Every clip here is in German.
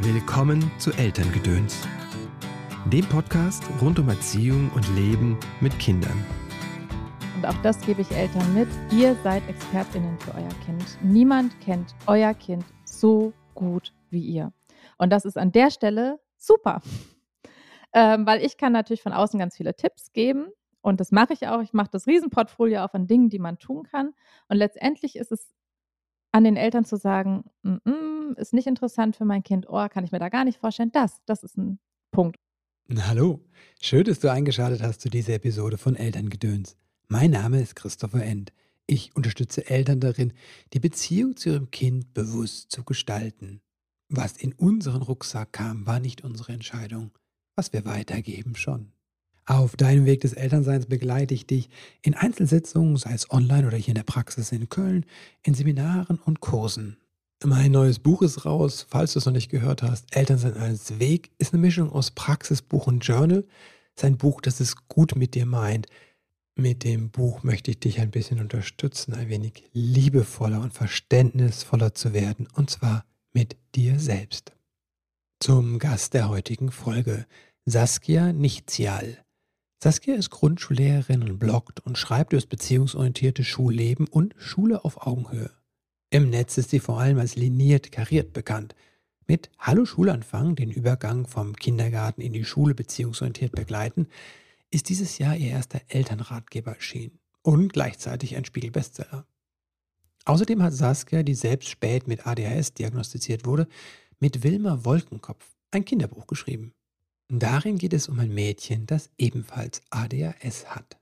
Willkommen zu Elterngedöns, dem Podcast rund um Erziehung und Leben mit Kindern. Und auch das gebe ich Eltern mit. Ihr seid ExpertInnen für euer Kind. Niemand kennt euer Kind so gut wie ihr. Und das ist an der Stelle super. Weil ich kann natürlich von außen ganz viele Tipps geben. Und das mache ich auch. Ich mache das Riesenportfolio auf an Dingen, die man tun kann. Und letztendlich ist es an den Eltern zu sagen, ist nicht interessant für mein Kind, kann ich mir da gar nicht vorstellen. Das ist ein Punkt. Hallo, schön, dass du eingeschaltet hast zu dieser Episode von Elterngedöns. Mein Name ist Christopher End. Ich unterstütze Eltern darin, die Beziehung zu ihrem Kind bewusst zu gestalten. Was in unseren Rucksack kam, war nicht unsere Entscheidung. Was wir weitergeben, schon. Auf deinem Weg des Elternseins begleite ich dich in Einzelsitzungen, sei es online oder hier in der Praxis in Köln, in Seminaren und Kursen. Mein neues Buch ist raus, falls du es noch nicht gehört hast. Elternsein als Weg ist eine Mischung aus Praxisbuch und Journal. Es ist ein Buch, das es gut mit dir meint. Mit dem Buch möchte ich dich ein bisschen unterstützen, ein wenig liebevoller und verständnisvoller zu werden, und zwar mit dir selbst. Zum Gast der heutigen Folge, Saskia Nichtzial. Saskia ist Grundschullehrerin und bloggt und schreibt über das beziehungsorientierte Schulleben und Schule auf Augenhöhe. Im Netz ist sie vor allem als liniert kariert bekannt. Mit Hallo Schulanfang, den Übergang vom Kindergarten in die Schule beziehungsorientiert begleiten, ist dieses Jahr ihr erster Elternratgeber erschienen und gleichzeitig ein Spiegel-Bestseller. Außerdem hat Saskia, die selbst spät mit ADHS diagnostiziert wurde, mit Wilma Wolkenkopf ein Kinderbuch geschrieben. Darin geht es um ein Mädchen, das ebenfalls ADHS hat.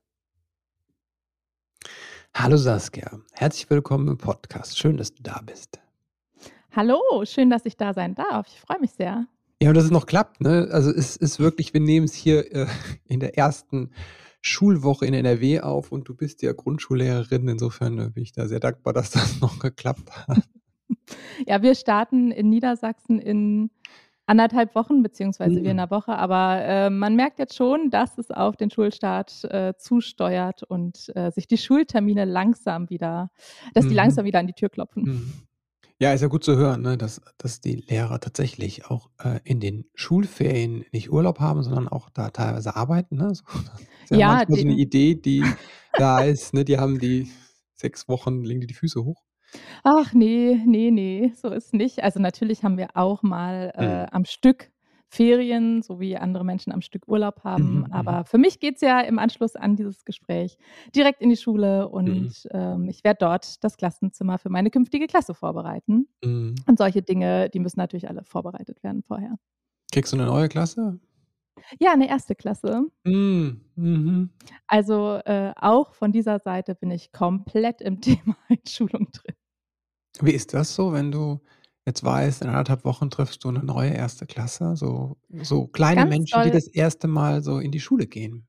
Hallo Saskia, herzlich willkommen im Podcast. Schön, dass du da bist. Hallo, schön, dass ich da sein darf. Ich freue mich sehr. Ja, und dass es noch klappt, ne? Also es ist wirklich, wir nehmen es hier in der ersten Schulwoche in NRW auf und du bist ja Grundschullehrerin. Insofern bin ich da sehr dankbar, dass das noch geklappt hat. Ja, wir starten in Niedersachsen in 1,5 Wochen, beziehungsweise wir in einer Woche. Aber man merkt jetzt schon, dass es auf den Schulstart zusteuert und sich die Schultermine die langsam wieder an die Tür klopfen. Mhm. Ja, ist ja gut zu hören, ne, dass die Lehrer tatsächlich auch in den Schulferien nicht Urlaub haben, sondern auch da teilweise arbeiten. Ne? So, das ist ja Ja, manchmal so eine Idee, die da ist. Ne? Die haben die 6 Wochen, legen die Füße hoch. Ach nee, so ist nicht. Also, natürlich haben wir auch mal am Stück Ferien, so wie andere Menschen am Stück Urlaub haben. Aber für mich geht's ja im Anschluss an dieses Gespräch direkt in die Schule und ich werde dort das Klassenzimmer für meine künftige Klasse vorbereiten. Mhm. Und solche Dinge, die müssen natürlich alle vorbereitet werden vorher. Kriegst du eine neue Klasse? Ja, 'ne 1. Klasse. Mhm. Also, auch von dieser Seite bin ich komplett im Thema Einschulung drin. Wie ist das so, wenn du jetzt weißt, in 1,5 Wochen triffst du eine neue erste Klasse, so kleine Ganz Menschen, die doll das erste Mal so in die Schule gehen?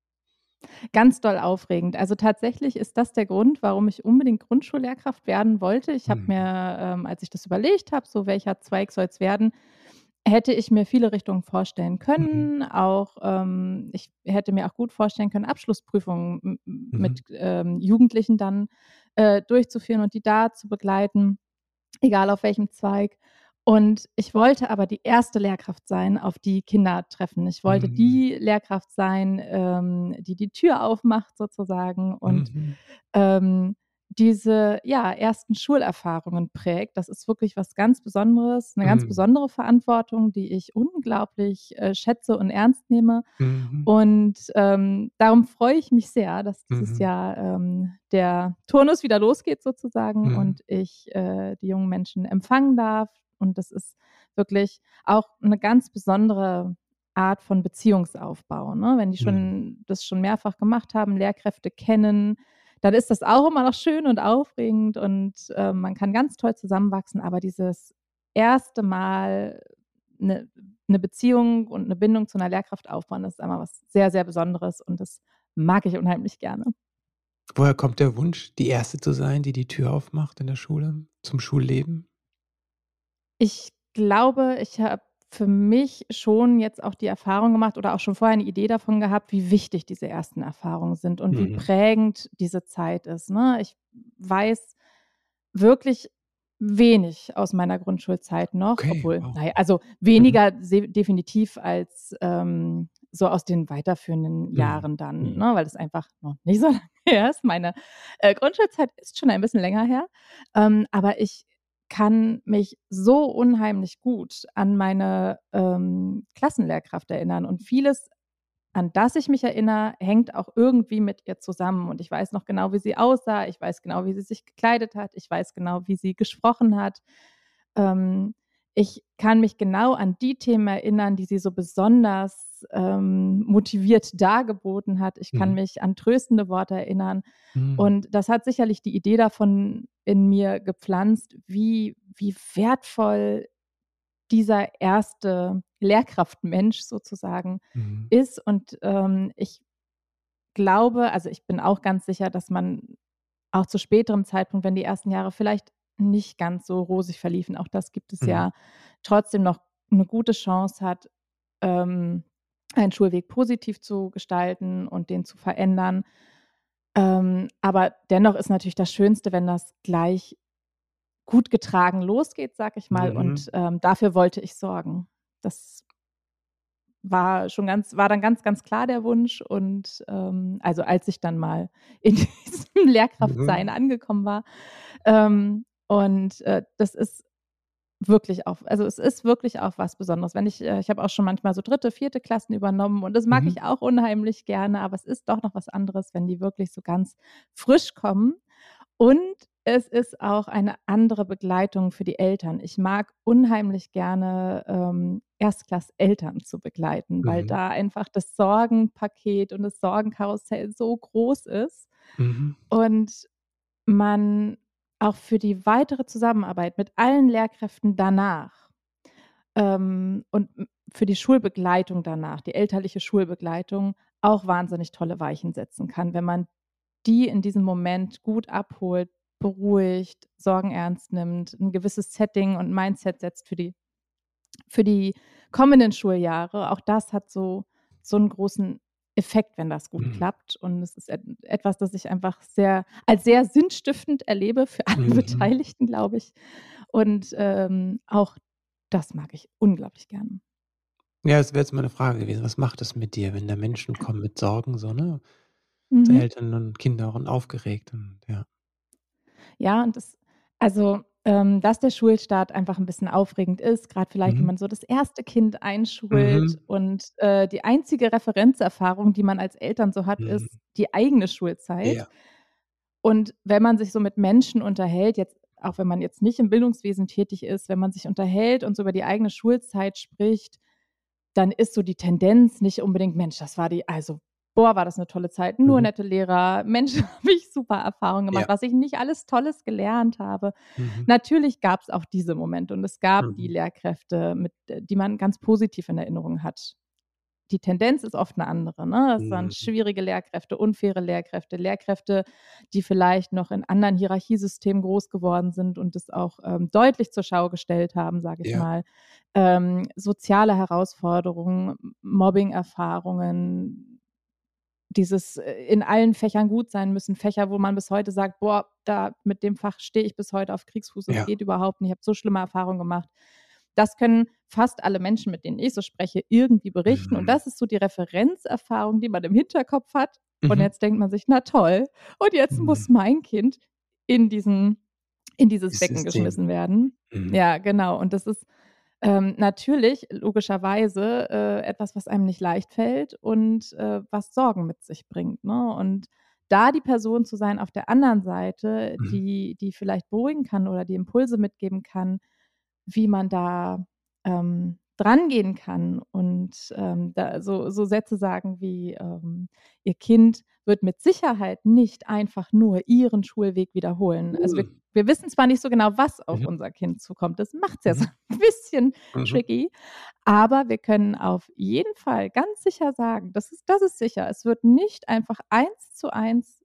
Ganz doll aufregend. Also, tatsächlich ist das der Grund, warum ich unbedingt Grundschullehrkraft werden wollte. Ich habe mir, Mhm. als ich das überlegt habe, so welcher Zweig soll's werden, hätte ich mir viele Richtungen vorstellen Mhm. können. Auch, ich hätte mir auch gut vorstellen können, Abschlussprüfungen Mhm. mit, Jugendlichen dann, durchzuführen und die da zu begleiten, egal auf welchem Zweig. Und ich wollte aber die erste Lehrkraft sein, auf die Kinder treffen. Ich wollte Mhm. die Lehrkraft sein, die die Tür aufmacht sozusagen und, Mhm. ähm, diese, ja, ersten Schulerfahrungen prägt. Das ist wirklich was ganz Besonderes, 'ne ganz Mhm. besondere Verantwortung, die ich unglaublich, schätze und ernst nehme. Mhm. Und, darum freue ich mich sehr, dass dieses Mhm. Jahr, der Turnus wieder losgeht sozusagen Mhm. und ich, die jungen Menschen empfangen darf. Und das ist wirklich auch 'ne ganz besondere Art von Beziehungsaufbau, ne? Wenn die Mhm. schon mehrfach gemacht haben, Lehrkräfte kennen, dann ist das auch immer noch schön und aufregend und, man kann ganz toll zusammenwachsen. Aber dieses erste Mal 'ne 'ne Beziehung und 'ne Bindung zu 'ner Lehrkraft aufbauen, das ist einmal was sehr, sehr Besonderes und das mag ich unheimlich gerne. Woher kommt der Wunsch, die Erste zu sein, die die Tür aufmacht in der Schule, zum Schulleben? Ich glaube, ich habe für mich schon jetzt auch die Erfahrung gemacht oder auch schon vorher 'ne Idee davon gehabt, wie wichtig diese ersten Erfahrungen sind und wie Mhm. prägend diese Zeit ist, ne? Ich weiß wirklich, wenig aus meiner Grundschulzeit noch, Okay, obwohl, wow. naja, also Mhm. weniger definitiv als so aus den weiterführenden Mhm. Jahren dann, Mhm. ne, weil das einfach noch nicht so lange her ist. Meine Grundschulzeit ist schon ein bisschen länger her, aber ich kann mich so unheimlich gut an meine Klassenlehrkraft erinnern und vieles, an das ich mich erinnere, hängt auch irgendwie mit ihr zusammen. Und ich weiß noch genau, wie sie aussah. Ich weiß genau, wie sie sich gekleidet hat. Ich weiß genau, wie sie gesprochen hat. Ähm, Ich kann mich genau an die Themen erinnern, die sie so besonders motiviert dargeboten hat. Ich kann Mhm. mich an tröstende Worte erinnern. Mhm. Und das hat sicherlich die Idee davon in mir gepflanzt, wie wertvoll dieser erste Lehrkraftmensch sozusagen Mhm. ist. Und ich glaube, also ich bin auch ganz sicher, dass man auch zu späterem Zeitpunkt, wenn die ersten Jahre vielleicht nicht ganz so rosig verliefen, auch das gibt es Mhm. ja, trotzdem noch eine gute Chance hat, ähm, einen Schulweg positiv zu gestalten und den zu verändern. Aber dennoch ist natürlich das Schönste, wenn das gleich gut getragen losgeht, sage ich mal. Und Mhm. dafür wollte ich sorgen. Das war dann ganz, ganz klar der Wunsch. Und also als ich dann mal in diesem Lehrkraftsein Mhm. angekommen war. Und das ist wirklich auch, also es ist wirklich auch was Besonderes. Wenn ich habe auch schon manchmal so 3., 4. Klassen übernommen und das mag Mhm. ich auch unheimlich gerne, aber es ist doch noch was anderes, wenn die wirklich so ganz frisch kommen. Und es ist auch eine andere Begleitung für die Eltern. Ich mag unheimlich gerne, Erstklasseltern zu begleiten, weil Mhm. da einfach das Sorgenpaket und das Sorgenkarussell so groß ist Mhm. und man auch für die weitere Zusammenarbeit mit allen Lehrkräften danach, und für die Schulbegleitung danach, die elterliche Schulbegleitung, auch wahnsinnig tolle Weichen setzen kann, wenn man die in diesem Moment gut abholt, beruhigt, Sorgen ernst nimmt, 'n gewisses Setting und Mindset setzt für die kommenden Schuljahre. Auch das hat so 'n großen Effekt, wenn das gut Mhm. klappt. Und es ist etwas, das ich einfach sehr sinnstiftend erlebe für alle Mhm. Beteiligten, glaube ich. Und auch das mag ich unglaublich gerne. Ja, das wäre jetzt meine Frage gewesen. Was macht es mit dir, wenn da Menschen kommen mit Sorgen so, ne? So Mhm. Eltern und Kinder und aufgeregt und ja. Ja, und dass der Schulstart einfach 'n bisschen aufregend ist, grad vielleicht, wenn Mhm. man so das erste Kind einschult Mhm. und die einzige Referenzerfahrung, die man als Eltern so hat, Mhm. ist die eigene Schulzeit. Ja. Und wenn man sich so mit Menschen unterhält, jetzt auch wenn man jetzt nicht im Bildungswesen tätig ist, wenn man sich unterhält und so über die eigene Schulzeit spricht, dann ist so die Tendenz nicht unbedingt: „Mensch, das war die also, boah, war das 'ne tolle Zeit, nur Mhm. nette Lehrer. Mensch, habe ich super Erfahrungen gemacht, Ja. was ich nicht alles Tolles gelernt habe.“ Mhm. Natürlich gab's auch diese Momente und es gab die Mhm. Lehrkräfte, die man ganz positiv in Erinnerung hat. Die Tendenz ist oft 'ne andere, ne? Es waren Mhm. schwierige Lehrkräfte, unfaire Lehrkräfte, Lehrkräfte, die vielleicht noch in anderen Hierarchiesystemen groß geworden sind und das auch deutlich zur Schau gestellt haben, sage ich Ja. mal. Soziale Herausforderungen, Mobbing-Erfahrungen, dieses in allen Fächern gut sein müssen, Fächer, wo man bis heute sagt: „Boah, da mit dem Fach stehe ich bis heute auf Kriegsfuß, das Ja. geht überhaupt nicht. Ich habe so schlimme Erfahrungen gemacht.“ Das können fast alle Menschen, mit denen ich so spreche, irgendwie berichten. Und Mhm. das ist so die Referenzerfahrung, die man im Hinterkopf hat. Und Mhm. jetzt denkt man sich: „Na toll, und jetzt muss Mhm. mein Kind in dieses Das Becken System. geschmissen werden.“ Mhm. Ja, genau. Und das ist natürlich logischerweise etwas, was einem nicht leicht fällt und was Sorgen mit sich bringt, ne? Und da die Person zu sein auf der anderen Seite, Mhm. die vielleicht beruhigen kann oder die Impulse mitgeben kann, wie man da drangehen kann und da so Sätze sagen wie „Ihr Kind wird mit Sicherheit nicht einfach nur ihren Schulweg wiederholen.“ Also, wir Mhm. wir wissen zwar nicht so genau, was auf Mhm. unser Kind zukommt. Das macht's ja so Mhm. 'n bisschen Mhm. tricky, aber wir können auf jeden Fall ganz sicher sagen, das ist sicher. Es wird nicht einfach 1:1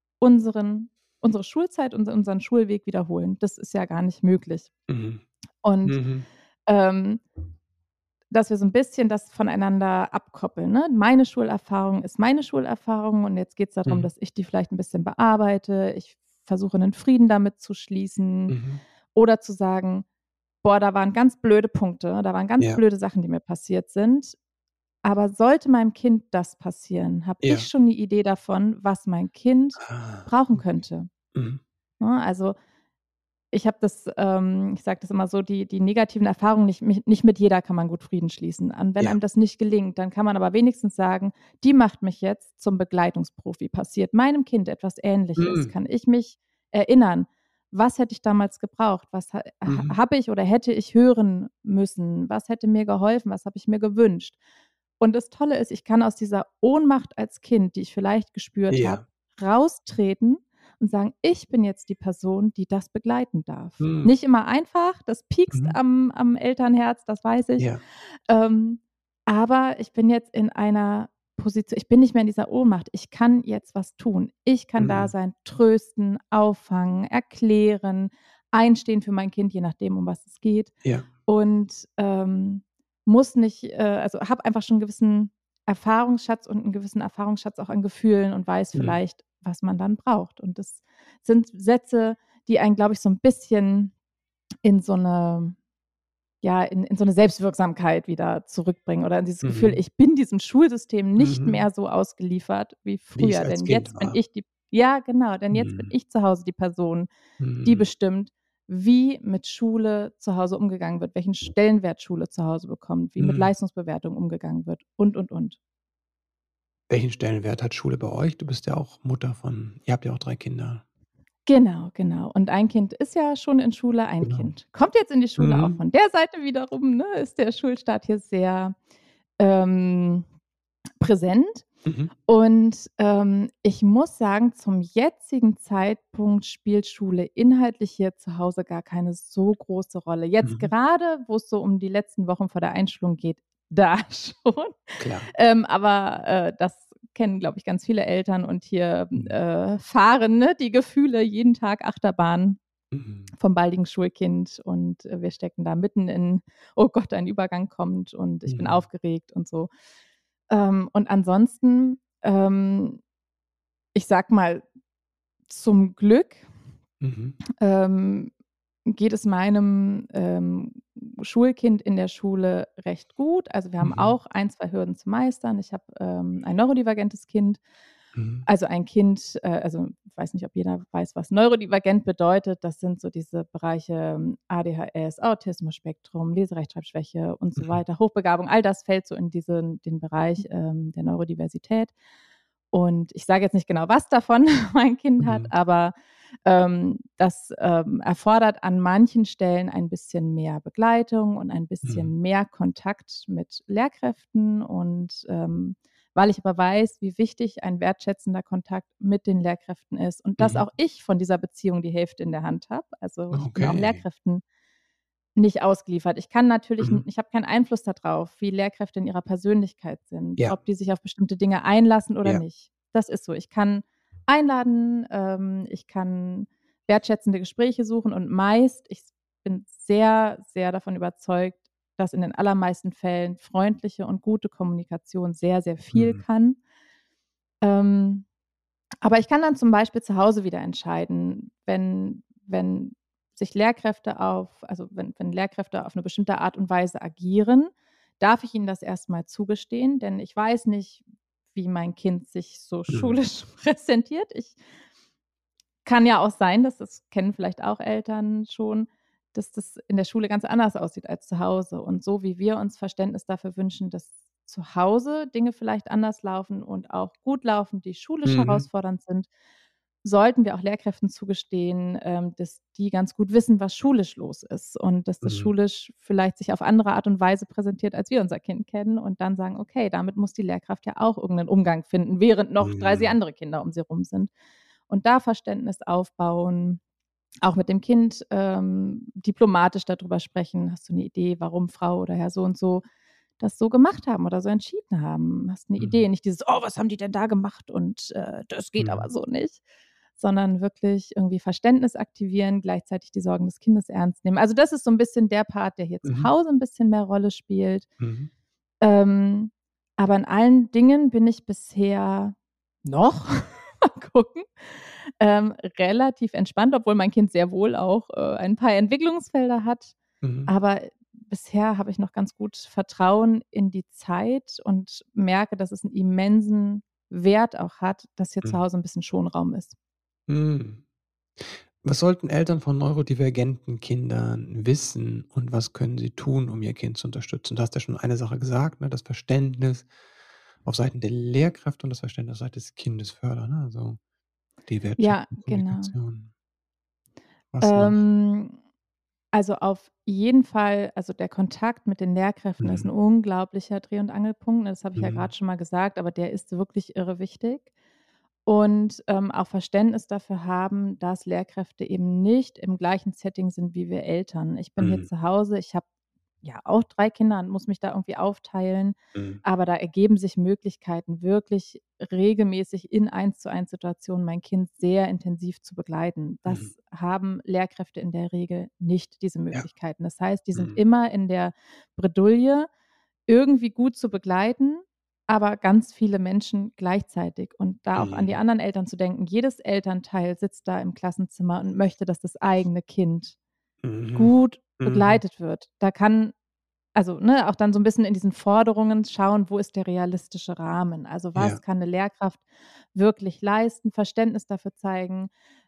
unsere Schulzeit, unseren Schulweg wiederholen. Das ist ja gar nicht möglich. Mhm. Und Mhm. ähm, dass wir so 'n bisschen das voneinander abkoppeln, ne? Meine Schulerfahrung ist meine Schulerfahrung und jetzt geht's da drum, Mhm. dass ich die vielleicht 'n bisschen bearbeite. Ich versuche 'nen Frieden damit zu schließen Mhm. oder zu sagen, boah, da waren ganz blöde Punkte, da waren ganz Ja. blöde Sachen, die mir passiert sind. Aber sollte meinem Kind das passieren, habe Ja. ich schon 'ne Idee davon, was mein Kind brauchen Okay. könnte. Mhm. Ne, also, ich habe das ich sage das immer so, die negativen Erfahrungen nicht mit jeder kann man gut Frieden schließen. Und wenn Ja. einem das nicht gelingt, dann kann man aber wenigstens sagen: „Die macht mich jetzt zum Begleitungsprofi. Passiert meinem Kind etwas Ähnliches, Mhm. kann ich mich erinnern, was hätte ich damals gebraucht? Was Mhm. habe ich oder hätte ich hören müssen? Was hätte mir geholfen? Was habe ich mir gewünscht?“ Und das Tolle ist, ich kann aus dieser Ohnmacht als Kind, die ich vielleicht gespürt habe, Ja. raustreten und sagen: „Ich bin jetzt die Person, die das begleiten darf.“ Mhm. Nicht immer einfach, das piekst Mhm. am Elternherz, das weiß ich. Ja. Ähm, aber ich bin jetzt in einer Position, ich bin nicht mehr in dieser Ohnmacht. Ich kann jetzt was tun. Ich kann da Mhm. sein, trösten, auffangen, erklären, einstehen für mein Kind, je nachdem, um was es geht. Ja. Und, muss nicht also, habe einfach schon 'n gewissen Erfahrungsschatz und 'n gewissen Erfahrungsschatz auch an Gefühlen und weiß Mhm. vielleicht, was man dann braucht. Und das sind Sätze, die einen, glaube ich, so 'n bisschen in so 'ne in so 'ne Selbstwirksamkeit wieder zurückbringen oder in dieses Gefühl, Mhm. ich bin diesem Schulsystem nicht Mhm. mehr so ausgeliefert wie Wie ich's früher, als denn Kind jetzt bin war. ich die ja, genau, denn jetzt bin Mhm. ich zu Hause die Person, die Mhm. bestimmt, wie mit Schule zu Hause umgegangen wird, welchen Stellenwert Schule zu Hause bekommt, wie mit Mhm. Leistungsbewertung umgegangen wird und. Welchen Stellenwert hat Schule bei euch? Du bist ja auch Mutter von ihr habt ja auch 3 Kinder. Genau, genau. Und ein Kind ist ja schon in Schule, ein Genau. Kind kommt jetzt in die Schule. Auch Mhm. von der Seite wiederum, ne, ist der Schulstart hier sehr, ähm, präsent. Mhm. Und, ich muss sagen, zum jetzigen Zeitpunkt spielt Schule inhaltlich hier zu Hause gar keine so große Rolle. Jetzt Mhm. grade, wo's so um die letzten Wochen vor der Einschulung geht, da schon. Klar. Aber, das kennen, glaube ich, ganz viele Eltern und hier, Mhm. fahren, ne, die Gefühle jeden Tag Achterbahn Mhm. vom baldigen Schulkind und, wir stecken da mitten in: „Oh Gott, ein Übergang kommt und ich bin Mhm. aufgeregt“ und so. Und ansonsten, ich sage mal, zum Glück, Mhm. ähm, geht es meinem, Schulkind in der Schule recht gut. Also, wir haben Mhm. auch 1, 2 Hürden zu meistern. Ich habe, ein neurodivergentes Kind, Mhm. also ein Kind also, ich weiß nicht, ob jeder weiß, was neurodivergent bedeutet. Das sind so diese Bereiche, ADHS, Autismus-Spektrum, Leserechtschreibschwäche und so Mhm. weiter, Hochbegabung, all das fällt so in den Bereich, der Neurodiversität. Und ich sage jetzt nicht genau, was davon mein Kind hat, Mhm. aber, das, erfordert an manchen Stellen ein bisschen mehr Begleitung und ein Mhm. bisschen mehr Kontakt mit Lehrkräften und, weil ich aber weiß, wie wichtig ein wertschätzender Kontakt mit den Lehrkräften ist und dass Mhm. auch ich von dieser Beziehung die Hälfte in der Hand habe. Also, ich bin auch Okay. Lehrkräften nicht ausgeliefert. Ich kann natürlich Mhm. ich habe keinen Einfluss da drauf, wie Lehrkräfte in ihrer Persönlichkeit sind, Ja. ob die sich auf bestimmte Dinge einlassen oder Ja. nicht. Das ist so. Ich kann einladen, ich kann wertschätzende Gespräche suchen und meist ich bin sehr, sehr davon überzeugt, dass in den allermeisten Fällen freundliche und gute Kommunikation sehr, sehr viel Mhm. kann. Ähm, aber ich kann dann zum Beispiel zu Hause wieder entscheiden, wenn sich Lehrkräfte wenn Lehrkräfte auf 'ne bestimmte Art und Weise agieren, darf ich ihnen das erst mal zugestehen, denn ich weiß nicht, wie mein Kind sich so Mhm. schulisch präsentiert. Kann ja auch sein, das kennen vielleicht auch Eltern schon, dass das in der Schule ganz anders aussieht als zu Hause. Und so wie wir uns Verständnis dafür wünschen, dass zu Hause Dinge vielleicht anders laufen und auch gut laufen, die schulisch Mhm. herausfordernd sind, sollten wir auch Lehrkräften zugestehen, dass die ganz gut wissen, was schulisch los ist und dass das Mhm. schulisch vielleicht sich auf andere Art und Weise präsentiert, als wir unser Kind kennen und dann sagen: „Okay, damit muss die Lehrkraft ja auch irgend 'nen Umgang finden, während noch 30 Mhm. andere Kinder um sie rum sind.“ Und da Verständnis aufbauen, auch mit dem Kind, diplomatisch da drüber sprechen: „Hast du 'ne Idee, warum Frau oder Herr so und so das so gemacht haben oder so entschieden haben? Hast 'ne Mhm. Idee?“ Nicht dieses: „Oh, was haben die denn da gemacht und, das geht aber Mhm. so nicht.“ Sondern wirklich irgendwie Verständnis aktivieren, gleichzeitig die Sorgen des Kindes ernst nehmen. Also, das ist so 'n bisschen der Part, der hier zu Mhm. Hause 'n bisschen mehr Rolle spielt. Mhm. Ähm, aber in allen Dingen bin ich bisher noch mal gucken, Relativ entspannt, obwohl mein Kind sehr wohl auch ein paar Entwicklungsfelder hat. Mhm. Aber bisher habe ich noch ganz gut Vertrauen in die Zeit und merke, dass es einen immensen Wert auch hat, dass hier zu Mhm. Hause ein bisschen Schonraum ist. Mhm. Was sollten Eltern von neurodivergenten Kindern wissen und was können sie tun, um ihr Kind zu unterstützen? Du hast ja schon eine Sache gesagt, ne, das Verständnis auf Seiten der Lehrkräfte und das Verständnis auf Seite des Kindes fördern, ne? Also, die Ja, wertschätzende genau. Kommunikation. Was noch? Ähm, also auf jeden Fall, also der Kontakt mit den Lehrkräften ist ein Mhm. unglaublicher Dreh- und Angelpunkt, ne? Das habe ich ja Mhm. gerade schon mal gesagt, aber der ist wirklich irre wichtig. Und auch Verständnis dafür haben, dass Lehrkräfte eben nicht im gleichen Setting sind wie wir Eltern. Ich bin hier Mhm. zu Hause, ich habe ja auch 3 Kinder und muss mich da irgendwie aufteilen, Mhm. aber da ergeben sich Möglichkeiten, wirklich regelmäßig in Eins-zu-eins-Situationen mein Kind sehr intensiv zu begleiten. Mhm. Das haben Lehrkräfte in der Regel nicht, diese Ja. Möglichkeiten. Das heißt, die sind Mhm. immer in der Bredouille, irgendwie gut zu begleiten, aber ganz viele Menschen gleichzeitig. Und da auch an die Mhm. anderen Eltern zu denken. Jedes Elternteil sitzt da im Klassenzimmer und möchte, dass das eigene Kind Mhm. gut Mhm. begleitet wird. Da kann also, ne, auch dann so 'n bisschen in diesen Forderungen schauen, wo ist der realistische Rahmen? Also, Ja. was kann 'ne Lehrkraft wirklich leisten, Verständnis dafür zeigen.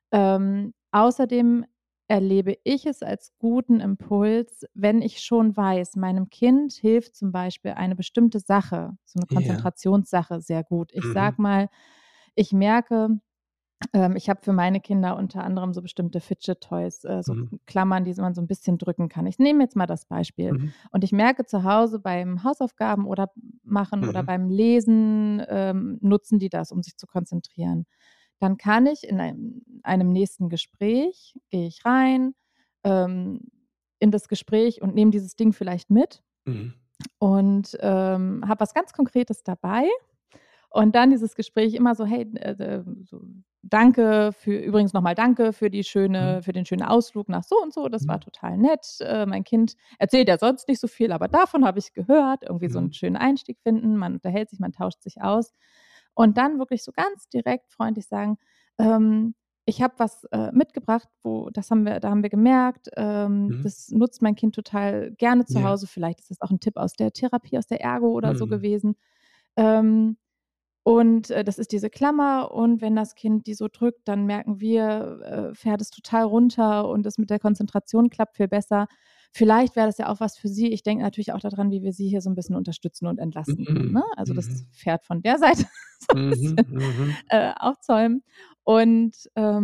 Außerdem erlebe ich es als guten Impuls, wenn ich schon weiß, meinem Kind hilft zum Beispiel eine bestimmte Sache, so 'ne Ja. Konzentrationssache sehr gut. Ich Mhm. sage mal, ich merke, ich habe für meine Kinder unter anderem so bestimmte Fidget Toys, so Mhm. Klammern, die man so 'n bisschen drücken kann. Ich nehme jetzt mal das Beispiel. Mhm. Und ich merke zu Hause beim Hausaufgaben oder machen oder Mhm. beim Lesen, nutzen die das, um sich zu konzentrieren. Dann kann ich in einem nächsten Gespräch gehe ich rein, ähm, in das Gespräch und nehme dieses Ding vielleicht mit Mhm. und, habe was ganz Konkretes dabei und dann dieses Gespräch immer so: „Hey, so danke für übrigens noch mal danke Mhm. für den schönen Ausflug nach so und so. Das war Mhm. total nett. Mein Kind erzählt ja sonst nicht so viel, aber davon habe ich gehört.“ Irgendwie so 'n Mhm. schönen Einstieg finden. Man unterhält sich, man tauscht sich aus. Und dann wirklich so ganz direkt freundlich sagen, ähm: „Ich habe was, mitgebracht, wo da haben wir gemerkt, Mhm. das nutzt mein Kind total gerne zu Ja. Hause. Vielleicht ist das auch 'n Tipp aus der Therapie, aus der Ergo oder so Mhm. gewesen. Ähm, und, das ist diese Klammer und wenn das Kind die so drückt, dann merken wir, fährt es total runter und das mit der Konzentration klappt viel besser. Vielleicht wäre das ja auch was für Sie. Ich denke natürlich auch da dran, wie wir Sie hier so 'n bisschen unterstützen und entlasten können“, ne? Mhm. Also, das Mhm. Pferd von der Seite so 'n Mhm. bisschen, Mhm. aufzäumen. Und,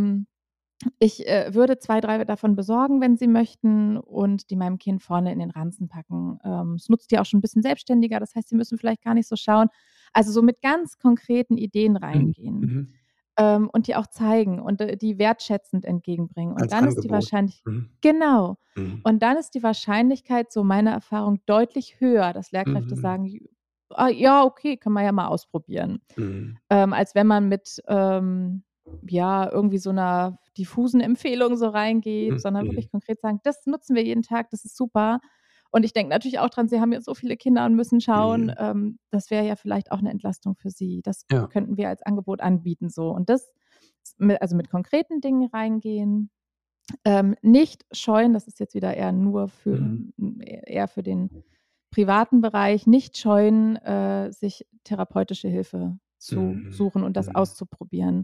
ich, würde 2, 3 davon besorgen, wenn Sie möchten und die meinem Kind vorne in den Ranzen packen. Es nutzt ja auch schon 'n bisschen selbstständiger, das heißt, Sie müssen vielleicht gar nicht so schauen. Also, so mit ganz konkreten Ideen Mhm. reingehen, Mhm. und die auch zeigen und, die wertschätzend entgegenbringen. Und Als dann ist die Angebot. wahrscheinlich Mhm. genau. Mhm. Und dann ist die Wahrscheinlichkeit, so meine Erfahrung, deutlich höher, dass Lehrkräfte Mhm. sagen: „Ah, ja, okay, können wir ja mal ausprobieren.“ Mhm. Als wenn man mit, ja, irgendwie so 'ner diffusen Empfehlung so reingeht, Mhm. sondern Mhm. wirklich konkret sagen: „Das nutzen wir jeden Tag, das ist super.“ Und ich denke natürlich auch dran, Sie haben ja so viele Kinder und müssen schauen, Mhm. das wäre ja vielleicht auch 'ne Entlastung für Sie. Das Ja. könnten wir als Angebot anbieten so. Und das also mit konkreten Dingen reingehen, nicht scheuen, das ist jetzt wieder eher nur für Mhm. eher für den privaten Bereich, nicht scheuen, sich therapeutische Hilfe zu Mhm. suchen und das Mhm. auszuprobieren.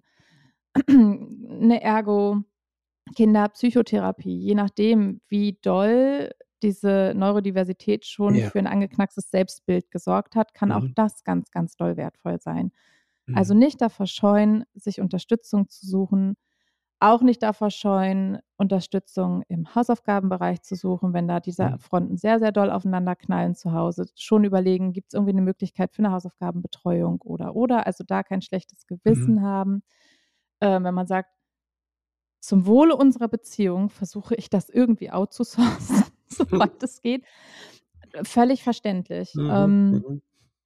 'Ne Ergo, Kinderpsychotherapie, je nachdem, wie doll diese Neurodiversität schon Ja. für 'n angeknackstes Selbstbild gesorgt hat, kann auch Mhm. das ganz, ganz doll wertvoll sein. Also, Mhm. nicht davor scheuen, sich Unterstützung zu suchen, auch nicht davor scheuen, Unterstützung im Hausaufgabenbereich zu suchen, wenn da diese Mhm. Fronten sehr, sehr doll aufeinanderknallen zu Hause. Schon überlegen, gibt's irgendwie 'ne Möglichkeit für 'ne Hausaufgabenbetreuung oder. Also, da kein schlechtes Mhm. Gewissen haben. Wenn man sagt: „Zum Wohle unserer Beziehung versuche ich das irgendwie outzusourcen, soweit es geht.“ Völlig verständlich. Mhm. Mhm.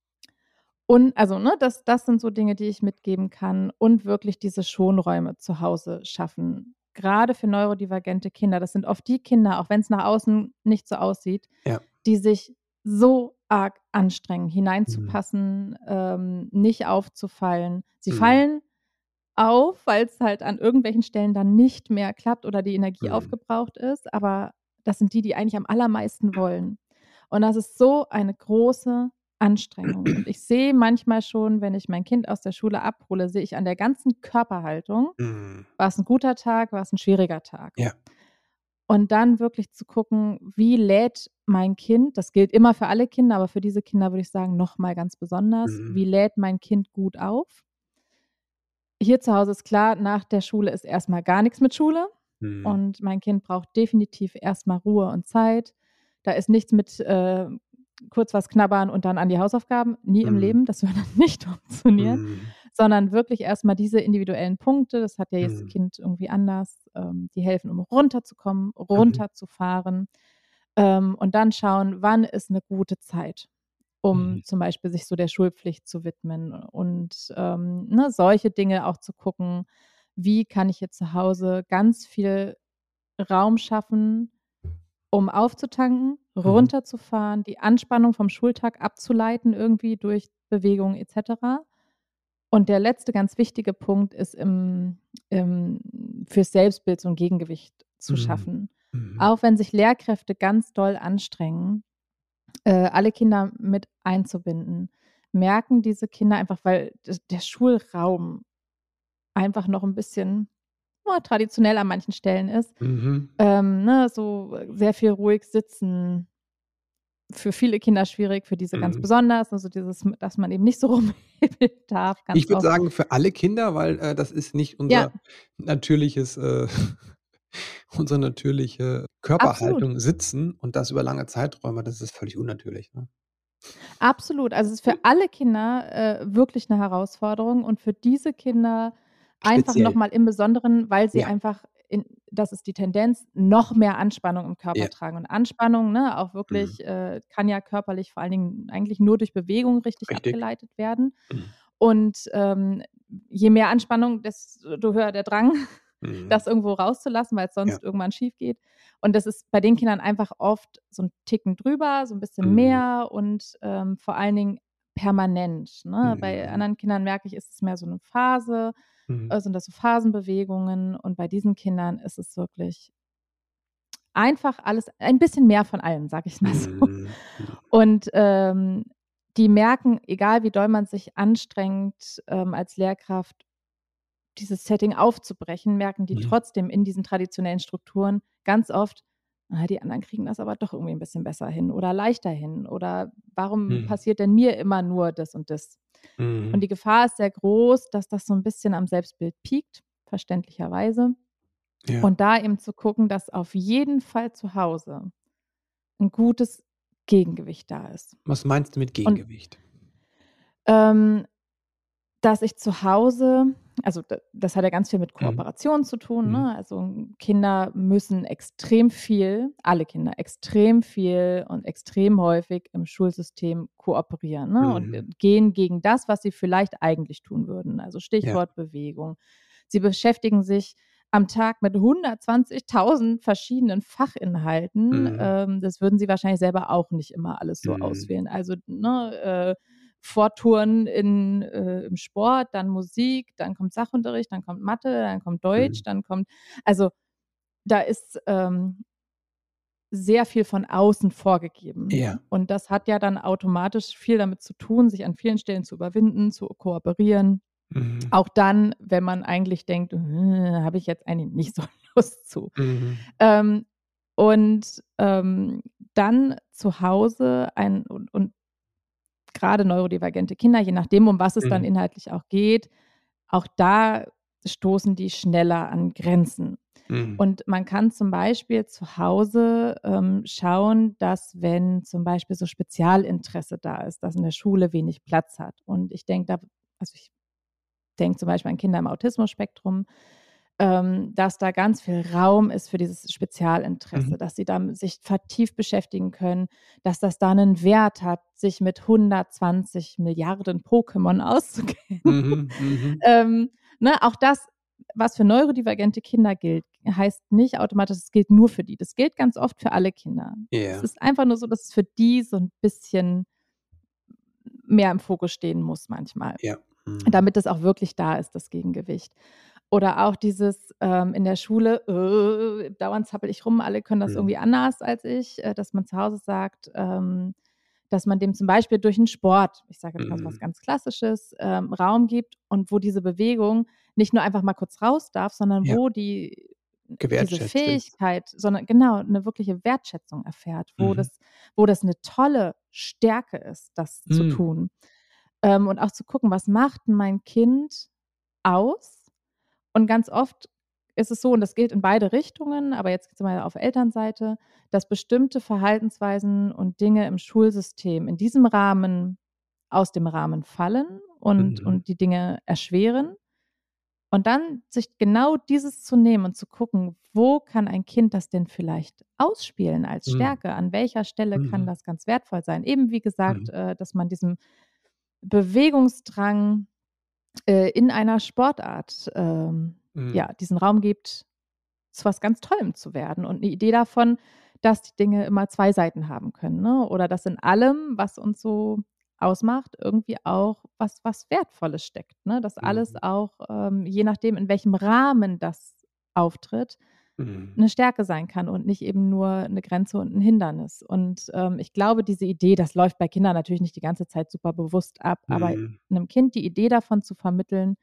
Und also, ne, das sind so Dinge, die ich mitgeben kann und wirklich diese Schonräume zu Hause schaffen. Grade für neurodivergente Kinder. Das sind oft die Kinder, auch wenn's nach außen nicht so aussieht, Ja. die sich so arg anstrengen, Mhm. hineinzupassen, nicht aufzufallen. Sie Mhm. fallen auf, weil es halt an irgendwelchen Stellen dann nicht mehr klappt oder die Energie Mhm. aufgebraucht ist. Aber das sind die eigentlich am allermeisten wollen. Und das ist so eine große Anstrengung. Und ich sehe manchmal schon, wenn ich mein Kind aus der Schule abhole, sehe ich an der ganzen Körperhaltung, Mhm. war es ein guter Tag, war es ein schwieriger Tag. Ja. Und dann wirklich zu gucken, wie lädt mein Kind, das gilt immer für alle Kinder, aber für diese Kinder würde ich sagen, noch mal ganz besonders, Mhm. wie lädt mein Kind gut auf? Hier zu Hause ist klar, nach der Schule ist erst mal gar nix mit Schule Mhm. und mein Kind braucht definitiv erst mal Ruhe und Zeit. Da ist nichts mit, kurz was knabbern und dann an die Hausaufgaben. Nie im Mhm. Leben, das würde nicht funktionieren, Mhm. sondern wirklich erst mal diese individuellen Punkte, das hat ja jedes Mhm. Kind irgendwie anders, die helfen, um runterzukommen, Mhm. runterzufahren, und dann schauen, wann ist 'ne gute Zeit, um Mhm. zum Beispiel sich so der Schulpflicht zu widmen und, ne, solche Dinge auch zu gucken, wie kann ich jetzt zu Hause ganz viel Raum schaffen, um aufzutanken, Mhm. runterzufahren, die Anspannung vom Schultag abzuleiten irgendwie durch Bewegung et cetera. Und der letzte ganz wichtige Punkt ist fürs Selbstbild so 'n Gegengewicht zu Mhm. schaffen. Mhm. Auch wenn sich Lehrkräfte ganz doll anstrengen, alle Kinder mit einzubinden, merken diese Kinder einfach, weil der Schulraum einfach noch 'n bisschen, traditionell an manchen Stellen ist, Mhm. ne, so sehr viel ruhig sitzen, für viele Kinder schwierig, für diese ganz Mhm. besonders. Also, dieses, dass man eben nicht so rumhebeln darf Ich ganz würde oft. sagen, für alle Kinder, weil, das ist nicht Ja, unser natürliches, unsere natürliche absolut. Körperhaltung sitzen und das über lange Zeiträume, das ist völlig unnatürlich, ne? Absolut. Also, es ist für alle Kinder, wirklich 'ne Herausforderung und für diese Kinder einfach noch Speziell. mal im Besonderen, weil sie Ja, einfach das ist die Tendenz, noch mehr Anspannung im Körper ja. tragen. Und Anspannung, ne, auch Mhm. wirklich, kann ja körperlich vor allen Dingen eigentlich nur durch Bewegung richtig Richtig. abgeleitet werden. Mhm. Und, je mehr Anspannung, desto höher der Drang, Mhm. das irgendwo rauszulassen, weil's Ja. sonst irgendwann schiefgeht. Und das ist bei den Kindern einfach oft so 'n Ticken drüber, so 'n bisschen Mhm. mehr und, vor allen Dingen permanent, ne? Bei Mhm. anderen Kindern merke ich, ist es mehr so 'ne Phase, Mhm. sind das so Phasenbewegungen und bei diesen Kindern ist es wirklich einfach alles ein bisschen mehr von allem, sage ich mal so. Mhm. Mhm. Und, die merken, egal wie doll man sich anstrengt, als Lehrkraft, dieses Setting aufzubrechen, merken die Mhm. trotzdem in diesen traditionellen Strukturen ganz oft: „Ah, die anderen kriegen das aber doch irgendwie 'n bisschen besser hin oder leichter hin oder warum Mhm. passiert denn mir immer nur das und das?“ Und Mhm. die Gefahr ist sehr groß, dass das so 'n bisschen am Selbstbild piekt, verständlicherweise. Ja. Und da eben zu gucken, dass auf jeden Fall zu Hause 'n gutes Gegengewicht da ist. Was meinst du mit Und, Gegengewicht? ähm dass ich zu Hause, also, das hat ja ganz viel mit Mhm. Kooperation zu tun, Mhm. ne? Also, Kinder müssen extrem viel, alle Kinder extrem viel und extrem häufig im Schulsystem kooperieren, ne? Und, Mhm. gehen gegen das, was sie vielleicht eigentlich tun würden. Also, Ja. Stichwort Bewegung. Sie beschäftigen sich am Tag mit 120.000 verschiedenen Fachinhalten. Mhm. Das würden sie wahrscheinlich selber auch nicht immer alles so Mhm. auswählen. Also, ne, Vortouren im Sport, dann Musik, dann kommt Sachunterricht, dann kommt Mathe, dann kommt Mhm. Deutsch, dann kommt, also, da ist, sehr viel von außen vorgegeben. Ja. Und das hat ja dann automatisch viel damit zu tun, sich an vielen Stellen zu überwinden, zu kooperieren. Mhm. Auch dann, wenn man eigentlich denkt: habe ich jetzt eigentlich nicht so Lust zu.“ Mhm. Ähm, und, dann zu Hause und grade neurodivergente Kinder, je nachdem, um was es dann Mhm. inhaltlich auch geht, auch da stoßen die schneller an Grenzen. Mhm. Und man kann zum Beispiel zu Hause, schauen, dass, wenn zum Beispiel so Spezialinteresse da ist, das in der Schule wenig Platz hat. Und ich denke zum Beispiel an Kinder im Autismus-Spektrum, dass da ganz viel Raum ist für dieses Mhm. Spezialinteresse, dass sie da sich vertieft beschäftigen können, dass das da 'nen Wert hat, sich mit 120 Milliarden Pokémon auszukennen. Mhm. Mhm. Ne, auch das, was für neurodivergente Kinder gilt, heißt nicht automatisch, es gilt nur für die. Das gilt ganz oft für alle Kinder. Es Ja. ist einfach nur so, dass es für die so 'n bisschen mehr im Fokus stehen muss manchmal. Ja. Mhm. damit es auch wirklich da ist, das Gegengewicht. Oder auch dieses, in der Schule, dauernd zappel ich rum, alle können das Mhm. irgendwie anders als ich, dass man zu Hause sagt, dass man dem zum Beispiel durch 'n Sport, ich sage jetzt mal so was Mhm. ganz Klassisches, Raum gibt und wo diese Bewegung nicht nur einfach mal kurz raus darf, sondern Ja, wo diese gewertschätzt ist. Fähigkeit, sondern genau, 'ne wirkliche Wertschätzung erfährt, wo Mhm. das 'ne tolle Stärke ist, das zu Mhm. tun. Und auch zu gucken, was macht 'n mein Kind aus? Und ganz oft ist es so, und das gilt in beide Richtungen, aber jetzt sind wir ja auf Elternseite, dass bestimmte Verhaltensweisen und Dinge im Schulsystem in diesem Rahmen aus dem Rahmen fallen und Mhm. die Dinge erschweren. Und dann sich genau dieses zu nehmen und zu gucken, wo kann ein Kind das denn vielleicht ausspielen als Mhm. Stärke? An welcher Stelle kann Mhm. das ganz wertvoll sein? Eben wie gesagt, Mhm. dass man diesem Bewegungsdrang in einer Sportart, Mhm. ja, diesen Raum gibt, zu was ganz Tollem zu werden und 'ne Idee davon, dass die Dinge immer 2 Seiten haben können, ne? Oder dass in allem, was uns so ausmacht, irgendwie auch was Wertvolles steckt, ne? Dass alles Mhm. auch, je nachdem, in welchem Rahmen das auftritt, Mhm. 'ne Stärke sein kann und nicht eben nur 'ne Grenze und 'n Hindernis. Und, ich glaube, diese Idee, das läuft bei Kindern natürlich nicht die ganze Zeit super bewusst ab, aber Mhm. 'nem Kind die Idee davon zu vermitteln,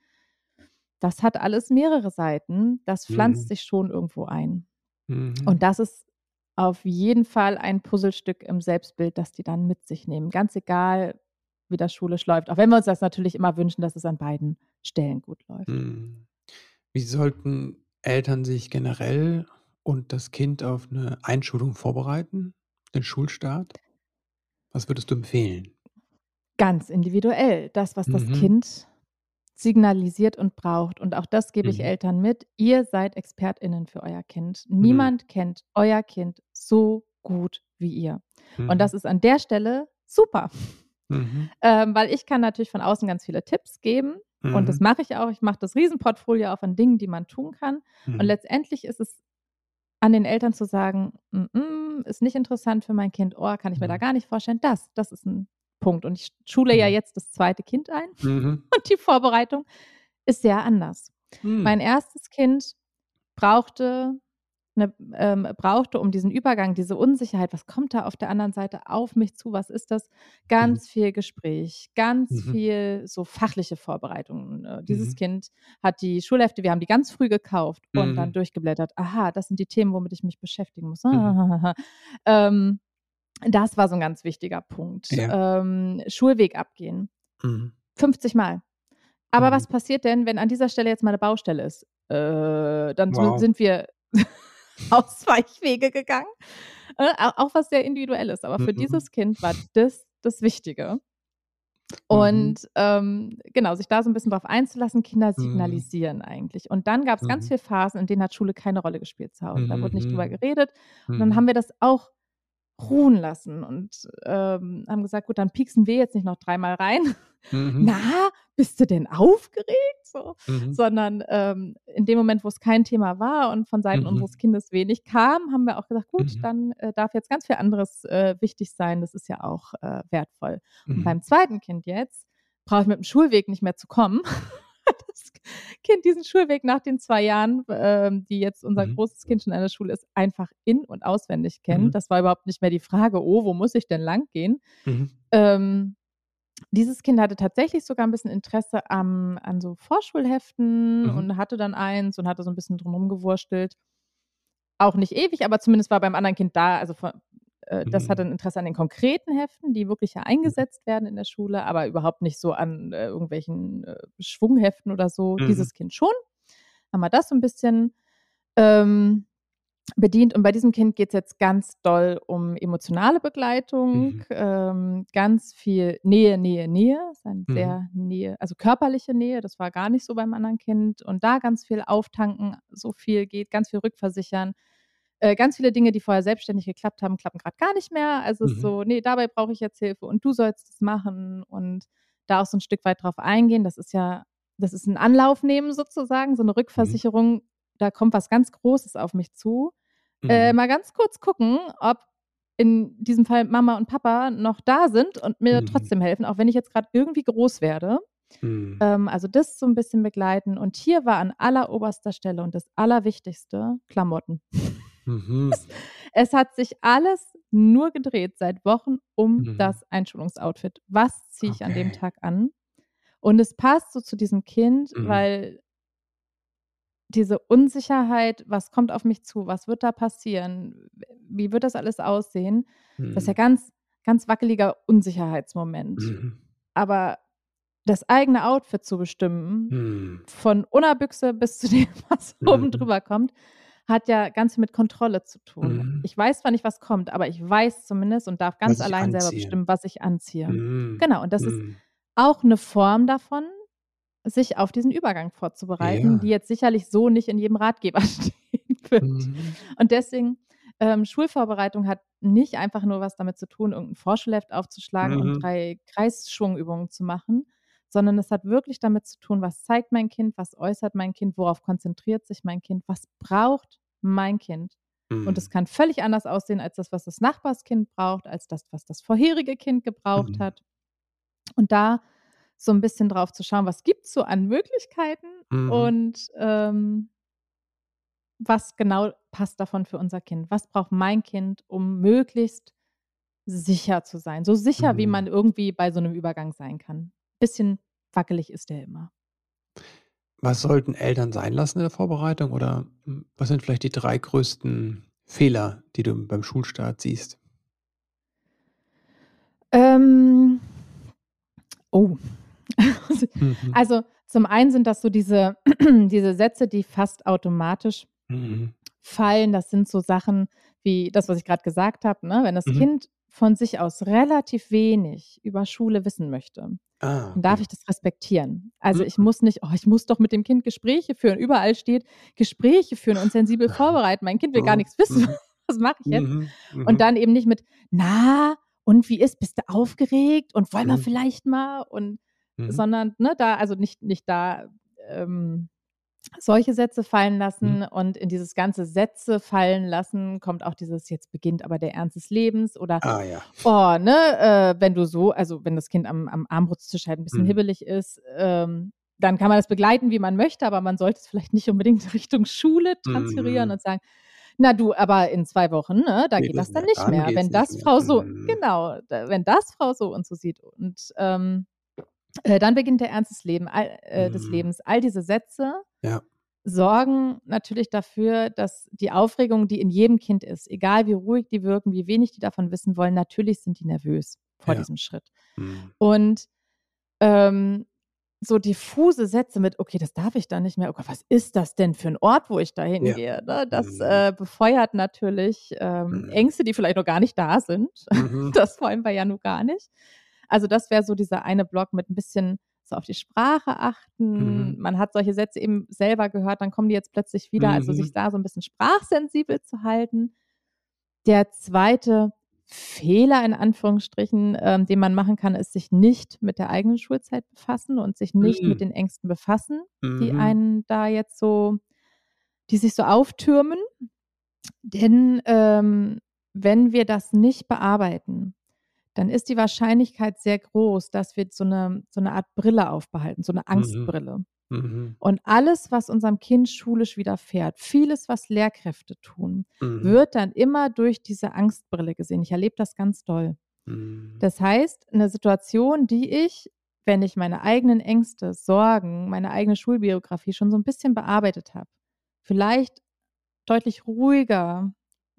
das hat alles mehrere Seiten, das pflanzt Mhm. sich schon irgendwo ein. Und Mhm. das ist auf jeden Fall ein Puzzlestück im Selbstbild, das die dann mit sich nehmen, ganz egal, wie das schulisch läuft. Auch wenn wir uns das natürlich immer wünschen, dass es an beiden Stellen gut läuft. Mhm. Wie sollten Eltern sich generell und das Kind auf 'ne Einschulung vorbereiten, den Schulstart? Was würdest du empfehlen? Ganz individuell, das, was das Mhm. Kind signalisiert und braucht. Und auch das gebe ich Mhm. Eltern mit. Ihr seid ExpertInnen für euer Kind. Mhm. Niemand kennt euer Kind so gut wie ihr. Und Mhm. das ist an der Stelle super. Mhm. Weil ich kann natürlich von außen ganz viele Tipps geben und das Mhm. mache ich auch. Ich mache das Riesenportfolio auch an Dingen, die man tun kann. Und Mhm. letztendlich ist es an den Eltern zu sagen: ist nicht interessant für mein Kind. Oh, kann ich mir da Mhm. gar nicht vorstellen.“ Das ist 'n Punkt. Und ich schule ja Mhm. jetzt das 2. Kind ein Mhm. und die Vorbereitung ist sehr anders. Hm. Mein 1. Kind brauchte brauchte, um diesen Übergang, diese Unsicherheit, was kommt da auf der anderen Seite auf mich zu, was ist das? Mhm. Ganz viel Gespräch, ganz Mhm. viel so fachliche Vorbereitungen. Dieses Mhm. Kind hat die Schulhefte, wir haben die ganz früh gekauft und dann Mhm. durchgeblättert. Aha, das sind die Themen, womit ich mich beschäftigen muss. Mhm. Ähm, das war so 'n ganz wichtiger Punkt. Ja. Schulweg abgehen, Mhm. 50 Mal. Aber Mhm. was passiert denn, wenn an dieser Stelle jetzt mal 'ne Baustelle ist? Dann Wow. sind wir Ausweichwege gegangen, auch was sehr Individuelles. Aber für Mhm. dieses Kind war das Wichtige. Mhm. Und, genau, sich da so 'n bisschen drauf einzulassen, Kinder Mhm. signalisieren eigentlich. Und dann gab's ganz Mhm. viele Phasen, in denen hat Schule keine Rolle gespielt zu Hause. Da wurde nicht drüber Mhm. geredet. Und dann Mhm. haben wir das auch ruhen lassen und, haben gesagt: „Gut, dann pieksen wir jetzt nicht noch dreimal rein. Mhm. Na, bist du denn aufgeregt?“ So, Mhm. sondern, in dem Moment, wo es kein Thema war und von Seiten Mhm. unseres Kindes wenig kam, haben wir auch gesagt: „Gut, Mhm. dann, darf jetzt ganz viel anderes, wichtig sein. Das ist ja auch, wertvoll.“ Und Mhm. beim 2. Kind jetzt brauche ich mit dem Schulweg nicht mehr zu kommen. Das Kind diesen Schulweg nach den 2 Jahren, die jetzt unser Mhm. großes Kind schon an der Schule ist, einfach in und auswendig Mhm. kennt. Das war überhaupt nicht mehr die Frage: „Oh, wo muss ich denn langgehen?“ Mhm. Ähm, dieses Kind hatte tatsächlich sogar 'n bisschen Interesse an so Vorschulheften Mhm. und hatte dann eins und hatte so 'n bisschen drum rumgewurstelt. Auch nicht ewig, aber zumindest war beim anderen Kind da, also das hatte Mhm. 'n Interesse an den konkreten Heften, die wirklich ja Mhm. eingesetzt werden in der Schule, aber überhaupt nicht so an, irgendwelchen, Schwungheften oder so. Mhm. Dieses Kind schon. Haben wir das so 'n bisschen, ähm, bedient. Und bei diesem Kind geht's jetzt ganz doll um emotionale Begleitung, Mhm. ganz viel Nähe, Nähe, Nähe. Ist ein Mhm. sehr also körperliche Nähe, das war gar nicht so beim anderen Kind. Und da ganz viel auftanken, so viel geht, ganz viel rückversichern. Ganz viele Dinge, die vorher selbstständig geklappt haben, klappen grad gar nicht mehr. Also, es ist Mhm. so: „Ne, dabei brauche ich jetzt Hilfe und du sollst es machen.“ Und da auch so 'n Stück weit drauf eingehen. Das ist 'n Anlauf nehmen sozusagen, so 'ne Mhm. Rückversicherung. Da kommt was ganz Großes auf mich zu. Mhm. Mal ganz kurz gucken, ob in diesem Fall Mama und Papa noch da sind und mir Mhm. trotzdem helfen, auch wenn ich jetzt grad irgendwie groß werde. Mhm. Also das so ein bisschen begleiten. Und hier war an alleroberster Stelle und das Allerwichtigste Klamotten. Mhm. Es hat sich alles nur gedreht seit Wochen um Mhm. das Einschulungsoutfit. Was ziehe ich an dem Okay. Tag an? Und es passt so zu diesem Kind, Mhm. weil diese Unsicherheit, was kommt auf mich zu? Was wird da passieren? Wie wird das alles aussehen? Das ist ja Mhm. ganz, ganz wackeliger Unsicherheitsmoment. Mhm. Aber das eigene Outfit zu bestimmen, Mhm. von Unterbüchse bis zu dem, was oben Mhm. drüber kommt, hat ja ganz viel mit Kontrolle zu tun. Mhm. Ich weiß zwar nicht, was kommt, aber ich weiß zumindest und darf Was ganz ich allein selber anziehe. bestimmen, was ich anziehe. Mhm. Genau, und das ist Mhm. auch 'ne Form davon, sich auf diesen Übergang vorzubereiten, die Ja. jetzt sicherlich so nicht in jedem Ratgeber stehen wird. Mhm. Und deswegen, Schulvorbereitung hat nicht einfach nur was damit zu tun, irgend 'n Vorschulheft aufzuschlagen und Mhm. 3 Kreisschwungübungen zu machen, sondern es hat wirklich damit zu tun, was zeigt mein Kind, was äußert mein Kind, worauf konzentriert sich mein Kind, was braucht mein Kind? Und es Mhm. kann völlig anders aussehen als das, was das Nachbarskind braucht, als das, was das vorherige Kind gebraucht Mhm. hat. Und da so 'n bisschen drauf zu schauen, was gibt's so an Möglichkeiten Mhm. und, was genau passt davon für unser Kind? Was braucht mein Kind, um möglichst sicher zu sein? So sicher, wie Mhm. man irgendwie bei so 'nem Übergang sein kann. Bisschen wackelig ist der immer. Was sollten Eltern sein lassen in der Vorbereitung oder, was sind vielleicht die 3 größten Fehler, die du beim Schulstart siehst? Ähm, oh. Mhm. Also, zum einen sind das so diese diese Sätze, die fast automatisch Mhm. fallen. Das sind so Sachen wie das, was ich grad gesagt habe, ne? Wenn das Mhm. Kind von sich aus relativ wenig über Schule wissen möchte, Ah, dann darf okay. ich das respektieren. Also, ich Mhm. muss nicht: „Oh, ich muss doch mit dem Kind Gespräche führen.“ Überall steht: „Gespräche führen und sensibel vorbereiten.“ Mein Kind will gar Mhm. nix wissen. Mhm. Was mache ich jetzt? Mhm. Und Mhm. dann eben nicht mit: „Na, und wie ist? Bist du aufgeregt? Und wollen wir Mhm. vielleicht mal?“ Und Mhm. sondern, ne, da also nicht da, ähm solche Sätze fallen Mhm. lassen und in dieses ganze Sätze fallen lassen kommt auch dieses: „Jetzt beginnt aber der Ernst des Lebens“ oder Ah ja. „Oh, ne, wenn du so“ also, wenn das Kind am Armbrutstisch halt 'n bisschen Mhm. hibbelig ist, dann kann man das begleiten, wie man möchte, aber man sollte es vielleicht nicht unbedingt Richtung Schule transferieren Mhm. und sagen: „Na du, aber in 2 Wochen, ne, da geht das dann Ja, nicht dann mehr, geht's wenn nicht das mehr. Frau so“ Mhm. genau, wenn das Frau so und so sieht und, dann beginnt der Ernst des Mhm. Lebens. All diese Sätze Ja, sorgen natürlich dafür, dass die Aufregung, die in jedem Kind ist, egal wie ruhig die wirken, wie wenig die davon wissen wollen, natürlich sind die nervös vor ja. diesem Schritt. Mhm. Und, ähm, so diffuse Sätze mit: „Okay, das darf ich da nicht mehr. Oh Gott, was ist das denn für 'n Ort, wo ich da Ja. hingehe?“ Ne? Das, Mhm. befeuert natürlich, Mhm. Ängste, die vielleicht noch gar nicht da sind. Mhm. Das wollen wir ja nun gar nicht. Also, das wäre so dieser eine Block mit 'n bisschen so auf die Sprache Mhm. achten. Man hat solche Sätze eben selber gehört, dann kommen die jetzt plötzlich wieder. Also, sich Mhm. da so 'n bisschen sprachsensibel zu halten. Der zweite Fehler in Anführungsstrichen, den man machen kann, ist, sich nicht mit der eigenen Schulzeit befassen und sich nicht mit Mhm. den Ängsten befassen, die Mhm. einen da jetzt so die sich so auftürmen. Denn, wenn wir das nicht bearbeiten, dann ist die Wahrscheinlichkeit sehr groß, dass wir so 'ne Art Brille aufbehalten, so 'ne Mhm. Angstbrille. Mhm. Und alles, was unserem Kind schulisch widerfährt, vieles, was Lehrkräfte tun, Mhm. wird dann immer durch diese Angstbrille gesehen. Ich erlebe das ganz doll. Mhm. Das heißt, 'ne Situation, die ich, wenn ich meine eigenen Ängste, Sorgen, meine eigene Schulbiografie schon so 'n bisschen bearbeitet habe, vielleicht deutlich ruhiger,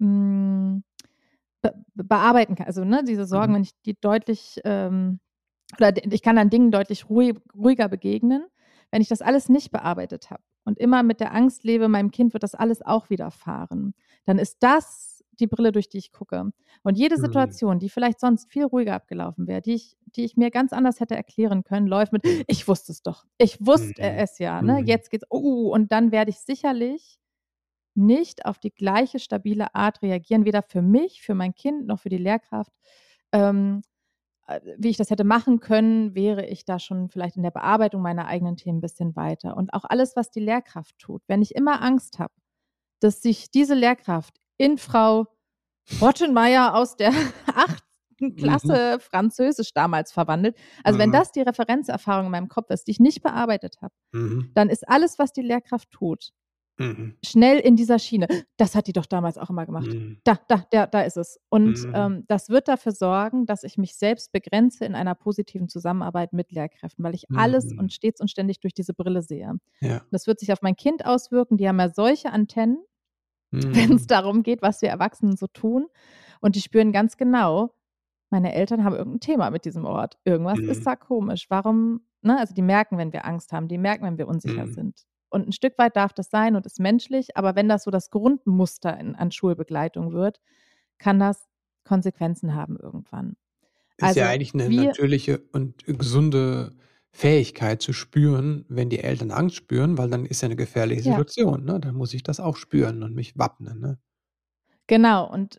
hm, bearbeiten kann. Also, ne, diese Sorgen, Mhm. wenn ich die deutlich, oder ich kann dann Dingen deutlich ruhiger begegnen. Wenn ich das alles nicht bearbeitet habe und immer mit der Angst lebe, meinem Kind wird das alles auch widerfahren, dann ist das die Brille, durch die ich gucke. Und jede Mhm. Situation, die vielleicht sonst viel ruhiger abgelaufen wäre, die ich mir ganz anders hätte erklären können, läuft mit: Mhm. „Ich wusste es doch. Ich wusste Mhm. es ja, ne? Mhm. Jetzt geht's und dann werde ich sicherlich nicht auf die gleiche stabile Art reagieren, weder für mich, für mein Kind noch für die Lehrkraft. Ähm, wie ich das hätte machen können, wäre ich da schon vielleicht in der Bearbeitung meiner eigenen Themen 'n bisschen weiter. Und auch alles, was die Lehrkraft tut. Wenn ich immer Angst habe, dass sich diese Lehrkraft in Frau Rottenmeier aus der 8. Mhm. Klasse Französisch damals verwandelt. Also wenn Mhm. das die Referenzerfahrung in meinem Kopf ist, die ich nicht bearbeitet habe, Mhm. dann ist alles, was die Lehrkraft tut, Mhm. schnell in dieser Schiene. Das hat die doch damals auch immer gemacht. Mhm. Da ist es. Und Mhm. das wird dafür sorgen, dass ich mich selbst begrenze in einer positiven Zusammenarbeit mit Lehrkräften, weil ich alles Mhm. und stets und ständig durch diese Brille sehe. Ja. Das wird sich auf mein Kind auswirken. Die haben ja solche Antennen, wenn es Mhm. darum geht, was wir Erwachsenen so tun. Und die spüren ganz genau, meine Eltern haben irgendein Thema mit diesem Ort. Irgendwas ist Mhm. da komisch. Warum, ne? Also die merken, wenn wir Angst haben, die merken, wenn wir unsicher Mhm. sind. Und ein Stück weit darf das sein und ist menschlich, aber wenn das so das Grundmuster an Schulbegleitung wird, kann das Konsequenzen haben irgendwann. Ist ja Also eigentlich 'ne wir natürliche und gesunde Fähigkeit zu spüren, wenn die Eltern Angst spüren, weil dann ist ja 'ne gefährliche ja. Situation, ne? Dann muss ich das auch spüren und mich wappnen, ne? Genau, und,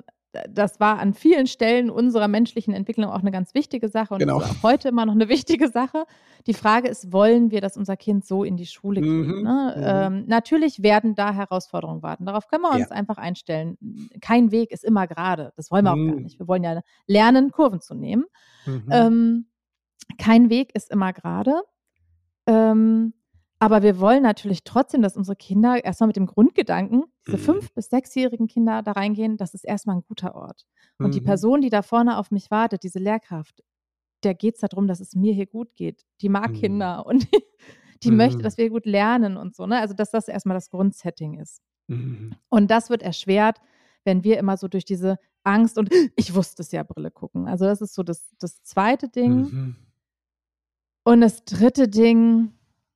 das war an vielen Stellen unserer menschlichen Entwicklung auch 'ne ganz wichtige Sache und es Genau. ist auch heute immer noch 'ne wichtige Sache. Die Frage ist, wollen wir, dass unser Kind so in die Schule geht, Mhm. ne? Mhm. Natürlich werden da Herausforderungen warten. Darauf können wir Ja. uns einfach einstellen. Kein Weg ist immer grade. Das wollen wir auch gar Mhm. nicht. Wir wollen ja lernen, Kurven zu nehmen. Mhm. Ähm, kein Weg ist immer grade. Ähm, aber wir wollen natürlich trotzdem, dass unsere Kinder erst mal mit dem Grundgedanken, diese Mhm. 5- bis 6-jährigen Kinder da reingehen, das ist erst mal 'n guter Ort. Und die Mhm. Person, die da vorne auf mich wartet, diese Lehrkraft, der geht's da drum, dass es mir hier gut geht. Die mag Mhm. Kinder und die möchte, Mhm. dass wir gut lernen und so, ne? Also, dass das erst mal das Grundsetting ist. Mhm. Und das wird erschwert, wenn wir immer so durch diese Angst und „Ich wusste es ja“ Brille gucken. Also, das ist so das 2. Ding. Mhm. Und das 3. Ding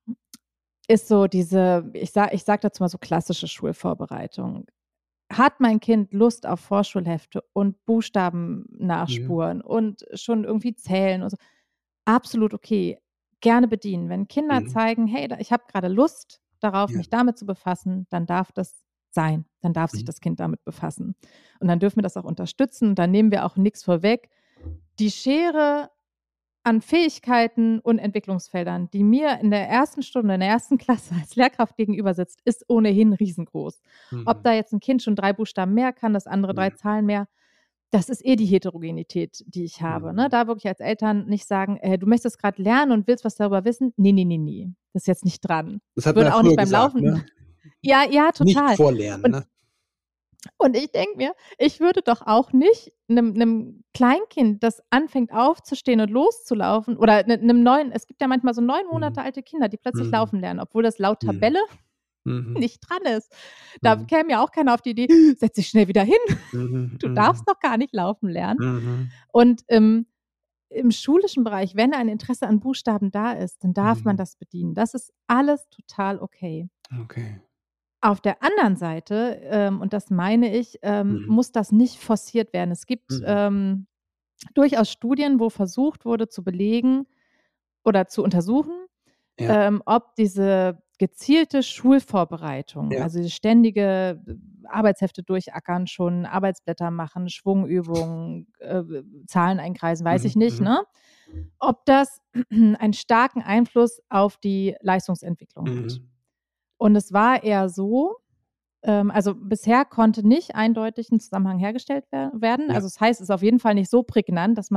ist so diese ich sage dazu mal so klassische Schulvorbereitung. Hat mein Kind Lust auf Vorschulhefte und Buchstaben Ja. nachspuren und schon irgendwie zählen und so, absolut okay. Gerne bedienen. Wenn Kinder Mhm. zeigen: „Hey, ich habe grade Lust darauf, Ja. mich damit zu befassen“, dann darf das sein. Dann darf sich Mhm. das Kind damit befassen. Und dann dürfen wir das auch unterstützen. Dann nehmen wir auch nix vorweg. Die Schere an Fähigkeiten und Entwicklungsfeldern, die mir in der 1. Stunde, in der 1. Klasse als Lehrkraft gegenüber sitzt, ist ohnehin riesengroß. Ob Mhm. da jetzt 'n Kind schon 3 Buchstaben mehr kann, das andere 3 Mhm. Zahlen mehr, das ist die Heterogenität, die ich habe, ne? Mhm. Da wirklich als Eltern nicht sagen: „Du möchtest grad lernen und willst was darüber wissen? Ne, ne, ne, ne, das ist jetzt nicht dran.“ Das hat man ja Würde auch nicht früher beim gesagt, Laufen ne? ja, ja, Nicht total. vorlernen, Und ne? ich denke mir, ich würde doch auch nicht 'nem Kleinkind, das anfängt aufzustehen und loszulaufen oder 'nem neuen es gibt ja manchmal so 9 Mhm. Monate alte Kinder, die plötzlich Mhm. laufen lernen, obwohl das laut Mhm. Tabelle Mhm. nicht dran ist. Da Mhm. käme ja auch keiner auf die Idee: „Setz dich schnell wieder hin. Mhm. Du Mhm. darfst noch gar nicht laufen lernen.“ Mhm. Und im schulischen Bereich, wenn ein Interesse an Buchstaben da ist, dann darf man Mhm. das bedienen. Das ist alles total okay. Okay. Auf der anderen Seite, und das meine ich, Mhm. muss das nicht forciert werden. Es gibt, Mhm. durchaus Studien, wo versucht wurde zu belegen oder zu untersuchen, Ja. ob diese gezielte Schulvorbereitung, Ja. also dieses ständige Arbeitshefte durchackern, schon Arbeitsblätter machen, Schwungübungen, Zahlen einkreisen, weiß ich Mhm. nicht, Mhm. ne? Ob das einen starken Einfluss auf die Leistungsentwicklung hat. Mhm. Und es war eher so, also bisher konnte nicht eindeutig 'n Zusammenhang hergestellt werden. Ja. Also, das heißt, es ist auf jeden Fall nicht so prägnant, dass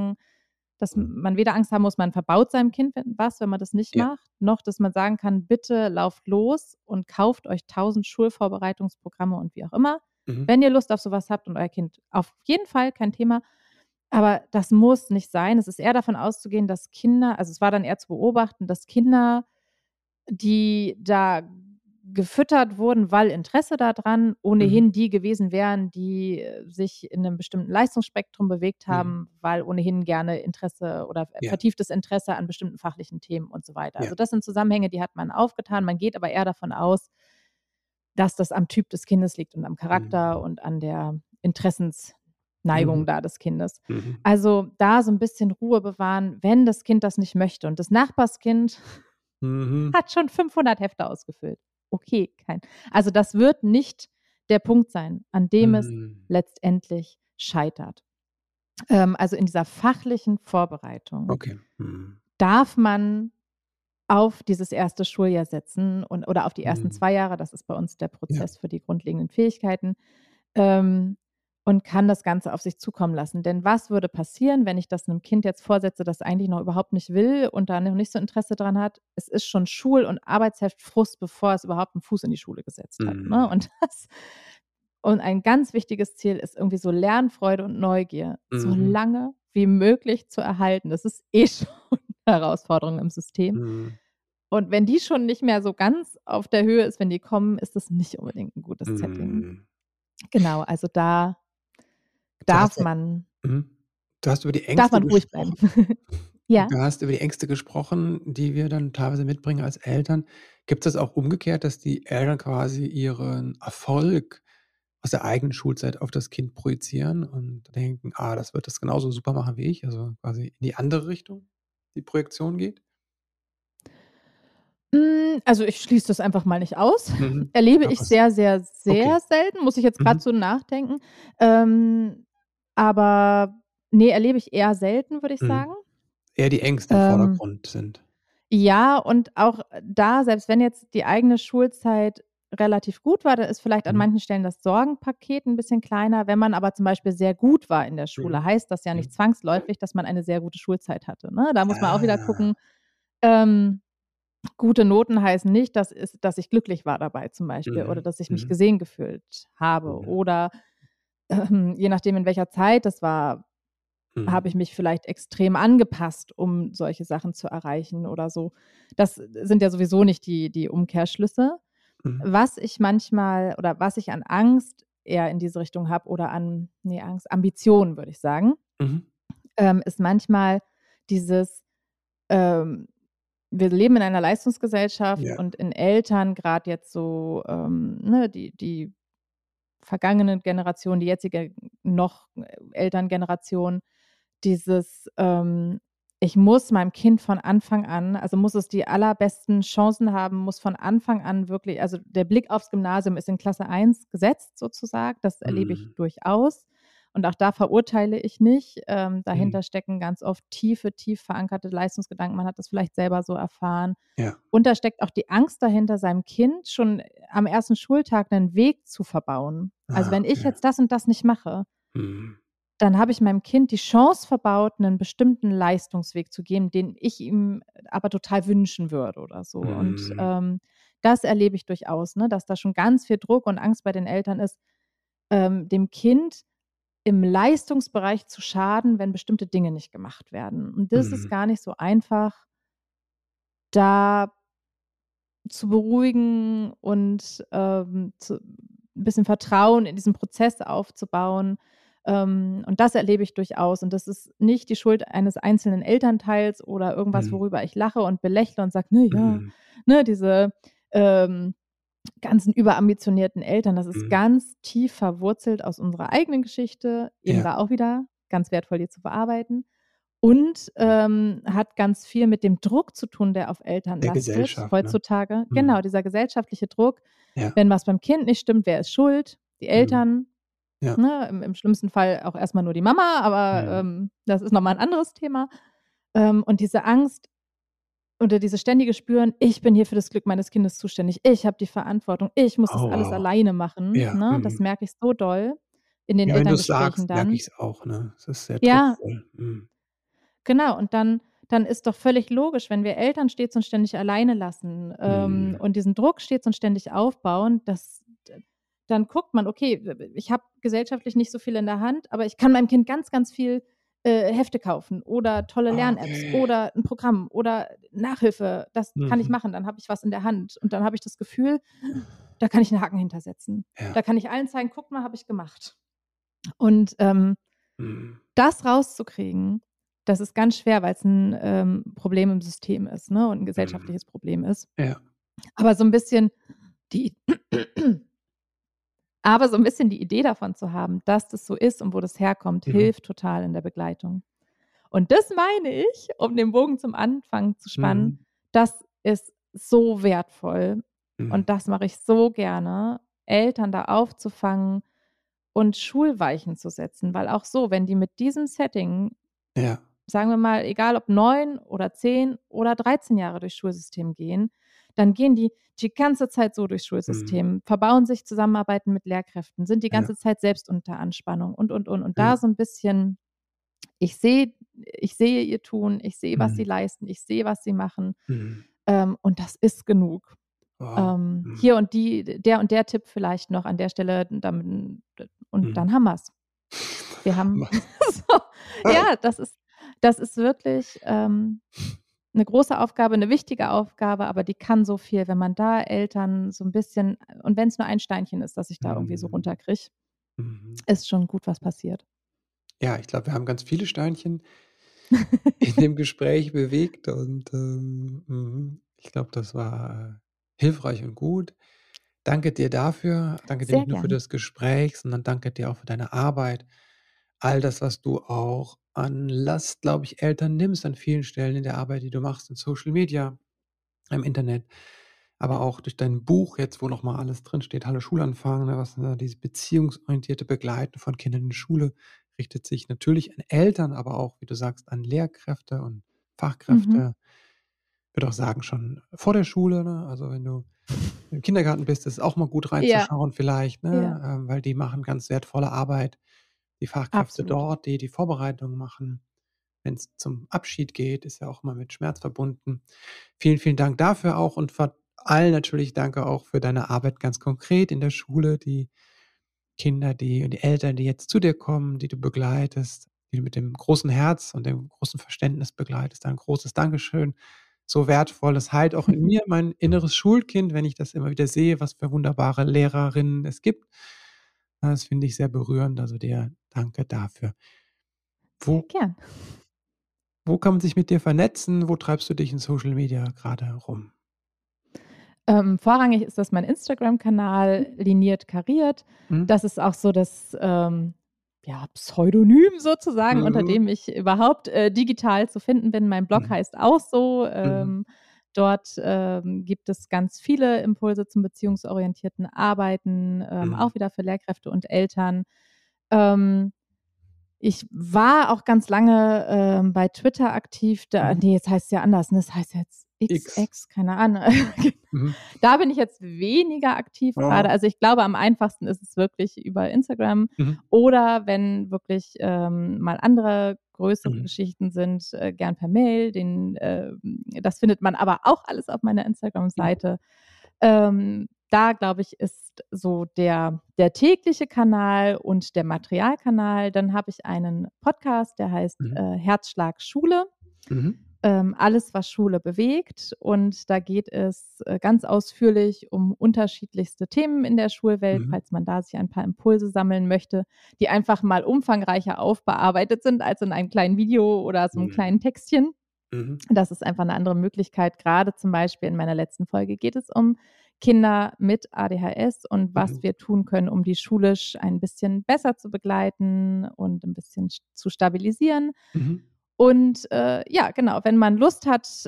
man weder Angst haben muss, man verbaut seinem Kind wenn man das nicht Ja. macht, noch dass man sagen kann: „Bitte lauft los und kauft euch 1.000 Schulvorbereitungsprogramme“ und wie auch immer. Mhm. Wenn ihr Lust auf so was habt und euer Kind auf jeden Fall, kein Thema. Aber das muss nicht sein. Es ist eher davon auszugehen, dass Kinder also, es war dann eher zu beobachten, dass Kinder, die da gefüttert wurden, weil Interesse da dran, Mhm. ohnehin die gewesen wären, die, sich in 'nem bestimmten Leistungsspektrum bewegt Mhm. haben, weil ohnehin gerne Interesse oder Ja. vertieftes Interesse an bestimmten fachlichen Themen und so weiter. Ja. Also, das sind Zusammenhänge, die hat man aufgetan. Man geht aber eher davon aus, dass das am Typ des Kindes liegt und am Charakter Mhm. und an der Interessensneigung Mhm. da des Kindes. Mhm. Also, da so 'n bisschen Ruhe bewahren, wenn das Kind das nicht möchte und das Nachbarskind Mhm. hat schon 500 Hefte ausgefüllt. Okay, also, das wird nicht der Punkt sein, an dem es Mhm. letztendlich scheitert. Also, in dieser fachlichen Vorbereitung Okay. Mhm. darf man auf dieses 1. Schuljahr setzen oder auf die ersten Mhm. 2 Jahre. Das ist bei uns der Ja. Prozess für die grundlegenden Fähigkeiten. Ähm, und kann das Ganze auf sich zukommen lassen. Denn was würde passieren, wenn ich das einem Kind jetzt vorsetze, das eigentlich noch überhaupt nicht will und da noch nicht so Interesse dran hat? Es ist schon Schul- und Arbeitsheftfrust, bevor es überhaupt einen Fuß in die Schule gesetzt hat. Ne? Und ein ganz wichtiges Ziel ist irgendwie so Lernfreude und Neugier so Mhm. lange wie möglich zu erhalten. Das ist schon eine Herausforderung im System. Mhm. Und wenn die schon nicht mehr so ganz auf der Höhe ist, wenn die kommen, ist das nicht unbedingt ein gutes Setting. Mhm. Genau, also da Du hast darf ja man mhm. Du hast über die Ängste ruhig bleiben. gesprochen. Ja. Du hast über die Ängste gesprochen, die wir dann teilweise mitbringen als Eltern. Gibt es auch umgekehrt, dass die Eltern quasi ihren Erfolg aus der eigenen Schulzeit auf das Kind projizieren und denken: „Ah, das wird das genauso super machen wie ich“, also quasi in die andere Richtung die Projektion geht? Also, ich schließe das einfach mal nicht aus. Mhm. Erlebe Ja, ich was sehr, sehr, okay. sehr selten, muss ich jetzt grad Mhm. so nachdenken. Aber ne, erlebe ich eher selten, würde ich sagen. Mhm. Eher die Ängste im Ähm, Vordergrund sind. ja, und auch da, selbst wenn jetzt die eigene Schulzeit relativ gut war, dann ist vielleicht an Mhm. manchen Stellen das Sorgenpaket 'n bisschen kleiner. Wenn man aber zum Beispiel sehr gut war in der Schule, Mhm. heißt das ja Ja. nicht zwangsläufig, dass man eine sehr gute Schulzeit hatte, ne? Da muss man auch wieder Ah. gucken, ähm gute Noten heißen nicht, dass ich glücklich war dabei zum Beispiel oder Mhm. dass ich mich Mhm. gesehen gefühlt habe Mhm. oder, je nachdem, in welcher Zeit das war, Mhm. habe ich mich vielleicht extrem angepasst, um solche Sachen zu erreichen oder so. Das sind ja sowieso nicht die Umkehrschlüsse. Mhm. Was ich manchmal oder was ich an Angst eher in diese Richtung habe oder Angst, Ambition, würde ich sagen, Mhm. ist manchmal dieses, ähm wir leben in einer Leistungsgesellschaft Ja. und in Eltern, grad jetzt so, ne, die vergangene Generation, die jetzige noch Elterngeneration, dieses, ich muss meinem Kind von Anfang an muss es die allerbesten Chancen haben, muss von Anfang an wirklich der Blick aufs Gymnasium ist in Klasse 1 gesetzt sozusagen. Das erlebe ich Mhm. durchaus. Und auch da verurteile ich nicht. Mhm. Dahinter stecken ganz oft tief verankerte Leistungsgedanken. Man hat das vielleicht selber so erfahren. Ja. Und da steckt auch die Angst dahinter, seinem Kind schon am ersten Schultag 'nen Weg zu verbauen. Also, Ah, wenn ich okay. jetzt das und das nicht mache, Mhm. dann habe ich meinem Kind die Chance verbaut, 'nen bestimmten Leistungsweg zu gehen, den ich ihm aber total wünschen würde oder so. Und, Mhm. das erlebe ich durchaus, ne, dass da schon ganz viel Druck und Angst bei den Eltern ist, dem Kind im Leistungsbereich zu schaden, wenn bestimmte Dinge nicht gemacht werden. Und das ist Mhm. gar nicht so einfach, da zu beruhigen und, 'n bisschen Vertrauen in diesen Prozess aufzubauen. Und das erlebe ich durchaus. Und das ist nicht die Schuld eines einzelnen Elternteils oder irgendwas, Mhm. worüber ich lache und belächle und sage: „Ne, ja“, Mhm. ne, diese, ähm, ganzen überambitionierten Eltern. Das ist Mhm. ganz tief verwurzelt aus unserer eigenen Geschichte, eben Ja. da auch wieder ganz wertvoll, die zu bearbeiten. Und, hat ganz viel mit dem Druck zu tun, der auf Eltern Der lastet Gesellschaft, ne? heutzutage. Mhm. Genau, dieser gesellschaftliche Druck. Ja. Wenn was beim Kind nicht stimmt, wer ist schuld? Die Mhm. Eltern, Ja. ne? Im schlimmsten Fall auch erst mal nur die Mama, aber, Mhm. das ist noch mal 'n anderes Thema. Und diese Angst oder dieses ständige Spüren: „Ich bin hier für das Glück meines Kindes zuständig. Ich habe die Verantwortung. Ich muss das Oh, alles wow. alleine machen“, Ja. ne? Das Mhm. merke ich so doll in den Ja, wenn du's Elterngesprächen sagst, merke dann. ich's auch, ne? Es ist sehr Ja, druckvoll. Mhm. genau, und dann ist doch völlig logisch, wenn wir Eltern stets und ständig alleine lassen, Mhm. und diesen Druck stets und ständig aufbauen, dann guckt man: „Okay, ich habe gesellschaftlich nicht so viel in der Hand, aber ich kann meinem Kind ganz, ganz viel, Hefte kaufen oder tolle Lern-Apps Okay. oder 'n Programm oder Nachhilfe. Das kann ich Mhm. machen, dann habe ich was in der Hand.“ Und dann habe ich das Gefühl, da kann ich 'n Haken hintersetzen. Ja. Da kann ich allen zeigen: „Guck mal, habe ich gemacht.“ Und, Mhm. das rauszukriegen, das ist ganz schwer, weil's 'n, Problem im System ist, ne, und 'n Mhm. gesellschaftliches Problem ist. Ja. Aber so 'n bisschen die so 'n bisschen die Idee davon zu haben, dass das so ist und wo das herkommt, Mhm. hilft total in der Begleitung. Und das meine ich, um den Bogen zum Anfang zu spannen, Mhm. das ist so wertvoll Mhm. und das mache ich so gerne, Eltern da aufzufangen und Schulweichen zu setzen, weil auch so, wenn die mit diesem Setting, Ja. sagen wir mal, egal ob 9 oder 10 oder 13 Jahre durchs Schulsystem gehen, dann gehen die ganze Zeit so durchs Mhm. Schulsystem, verbauen sich Zusammenarbeiten mit Lehrkräften, sind die Ja. ganze Zeit selbst unter Anspannung und. Und Ja. da so ein bisschen, ich sehe ihr Tun, ich sehe, was sie Mhm. leisten, ich sehe, was sie machen, Mhm. und das ist genug. Wow. Hier und der Tipp vielleicht noch an der Stelle, und Mhm. dann haben wir's. Wir haben so, ja, das ist wirklich, 'ne große Aufgabe, 'ne wichtige Aufgabe, aber die kann so viel, wenn man da Eltern so 'n bisschen, und wenn's nur ein Steinchen ist, das ich da irgendwie so Mhm. runterkriege, Mhm. ist schon gut, was passiert. Ja, ich glaube, wir haben ganz viele Steinchen in dem Gespräch bewegt und, ich glaube, das war, hilfreich und gut. Danke dir dafür. Danke dir Sehr nicht nur für gerne. das Gespräch, sondern danke dir auch für deine Arbeit. All das, was du auch an Last, glaube ich, Eltern nimmst an vielen Stellen in der Arbeit, die du machst in Social Media, im Internet, aber auch durch dein Buch jetzt, wo noch mal alles drinsteht, „Hallo Schulanfang“, ne, was, dieses beziehungsorientierte Begleiten von Kindern in der Schule richtet sich natürlich an Eltern, aber auch, wie du sagst, an Lehrkräfte und Mhm. Fachkräfte. Würde auch sagen, schon vor der Schule, ne? Also, wenn du im Kindergarten bist, ist es auch mal gut Ja, reinzuschauen vielleicht, ja, ne, weil die machen ganz wertvolle Arbeit. Die Fachkräfte absolut. dort, die Vorbereitungen machen. Wenn's zum Abschied geht, ist ja auch immer mit Schmerz verbunden. Vielen, vielen Dank dafür auch und vor allem natürlich danke auch für deine Arbeit ganz konkret in der Schule, die Kinder, die und die Eltern, die jetzt zu dir kommen, die du begleitest, die du mit dem großen Herz und dem großen Verständnis begleitest. Ein großes Dankeschön. So wertvoll. Das heilt auch in mir mein inneres Schulkind, wenn ich das immer wieder sehe, was für wunderbare Lehrerinnen es gibt. Das finde ich sehr berührend. Also dir danke dafür. Sehr Wo gern. wo kann man sich mit dir vernetzen? Wo treibst du dich in Social Media grade rum? Vorrangig ist das mein Instagram-Kanal, liniert kariert. Mhm. Das ist auch so das, ja, Pseudonym sozusagen, unter Mhm. dem ich überhaupt, digital zu finden bin. Mein Blog Mhm. heißt auch so. Mhm. Dort, gibt es ganz viele Impulse zum beziehungsorientierten Arbeiten, Mhm. auch wieder für Lehrkräfte und Eltern. Ähm Ich war auch ganz lange, bei Twitter aktiv. Mhm. Jetzt heißt es ja anders, ne? Es heißt jetzt X. XX, keine Ahnung. Mhm. Da bin ich jetzt weniger aktiv grade. Aha. Also, ich glaube, am einfachsten ist es wirklich über Instagram Mhm. oder wenn wirklich, mal andere größere Mhm. Geschichten sind, gern per Mail. Das findet man aber auch alles auf meiner Mhm. Instagram-Seite. Da glaube ich, ist so der tägliche Kanal und der Materialkanal. Dann habe ich einen Podcast, der heißt, Mhm. Herzschlag Schule. Mhm. Alles, was Schule bewegt. Und da geht es, ganz ausführlich um unterschiedlichste Themen in der Schulwelt, Mhm. falls man da sich ein paar Impulse sammeln möchte, die einfach mal umfangreicher aufbearbeitet sind als in einem kleinen Video oder so 'nem Mhm. kleinen Textchen. Mhm. Das ist einfach 'ne andere Möglichkeit. Grade zum Beispiel in meiner letzten Folge geht es um Kinder mit ADHS und Mhm. was wir tun können, um die schulisch ein bisschen besser zu begleiten und 'n bisschen zu stabilisieren. Mhm. Und, ja, genau, wenn man Lust hat,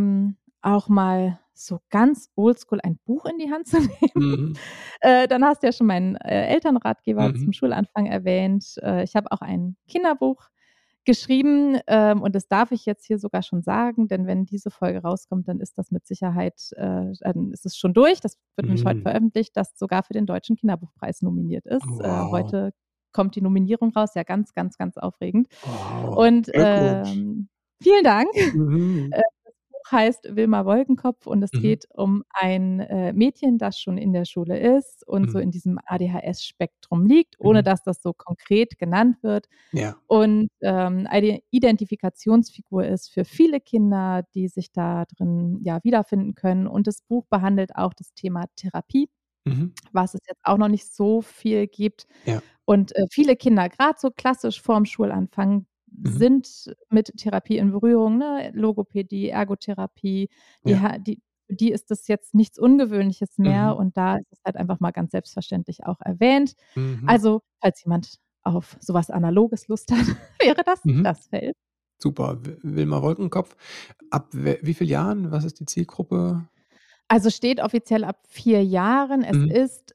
auch mal so ganz oldschool ein Buch in die Hand zu nehmen, Mhm. dann hast du ja schon meinen, Elternratgeber zum Mhm. Schulanfang erwähnt. Ich habe auch ein Kinderbuch geschrieben, und das darf ich jetzt hier sogar schon sagen, denn wenn diese Folge rauskommt, dann ist das mit Sicherheit, dann ist es schon durch. Das wird nämlich heute Mhm. veröffentlicht, das sogar für den Deutschen Kinderbuchpreis nominiert ist. Wow. Heute kommt die Nominierung raus, ja, ganz, ganz, ganz aufregend. Wow. Und, Glückwunsch. vielen Dank. Mhm. Das Buch heißt „Wilma Wolkenkopf“ und es Mhm. geht um ein, Mädchen, das schon in der Schule ist und so Mhm. in diesem ADHS-Spektrum liegt, ohne Mhm. dass das so konkret genannt wird Ja. und, eine Identifikationsfigur ist für viele Kinder, die sich da drin, ja, wiederfinden können. Und das Buch behandelt auch das Thema Therapie, Mhm. was es jetzt auch noch nicht so viel gibt. Ja. Und, viele Kinder, grad so klassisch vorm Schulanfang, Mhm. sind mit Therapie in Berührung, ne? Logopädie, Ergotherapie, Ja. für die ist das jetzt nichts Ungewöhnliches mehr Mhm. und da ist es halt einfach mal ganz selbstverständlich auch erwähnt. Mhm. Also, falls jemand auf so was Analoges Lust hat, wäre das Mhm. das Feld. Super. Wilma Wolkenkopf. Ab wie viel Jahren? Was ist die Zielgruppe? Also, steht offiziell ab 4 Jahren. Es Mhm. ist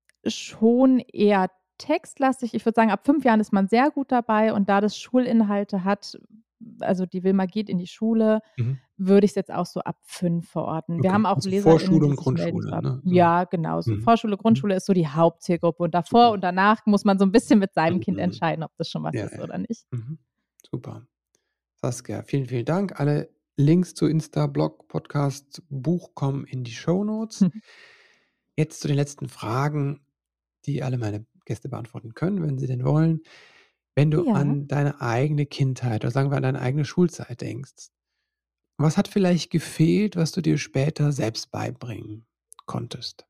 schon eher textlastig. Ich würde sagen, ab 5 Jahren ist man sehr gut dabei und da das Schulinhalte hat, also, die Wilma geht in die Schule, Mhm. würde ich es jetzt auch so ab 5 verorten. Wir Okay, haben auch also LeserInnen, Vorschule die und sich melden Grundschule, zu ab ne? So. ja, genau, so Mhm. Vorschule, Mhm. Grundschule ist so die Hauptzielgruppe und davor Super. und danach muss man so 'n bisschen mit seinem Kind Mhm. entscheiden, ob das schon was Ja, ist ja. oder nicht. Mhm. Super. Saskia, vielen, vielen Dank. Alle Links zu Insta, Blog, Podcast, Buch kommen in die Shownotes. Jetzt zu den letzten Fragen, die alle meine Gäste beantworten können, wenn sie denn wollen. Wenn du Ja. an deine eigene Kindheit oder sagen wir an deine eigene Schulzeit denkst, was hat vielleicht gefehlt, was du dir später selbst beibringen konntest?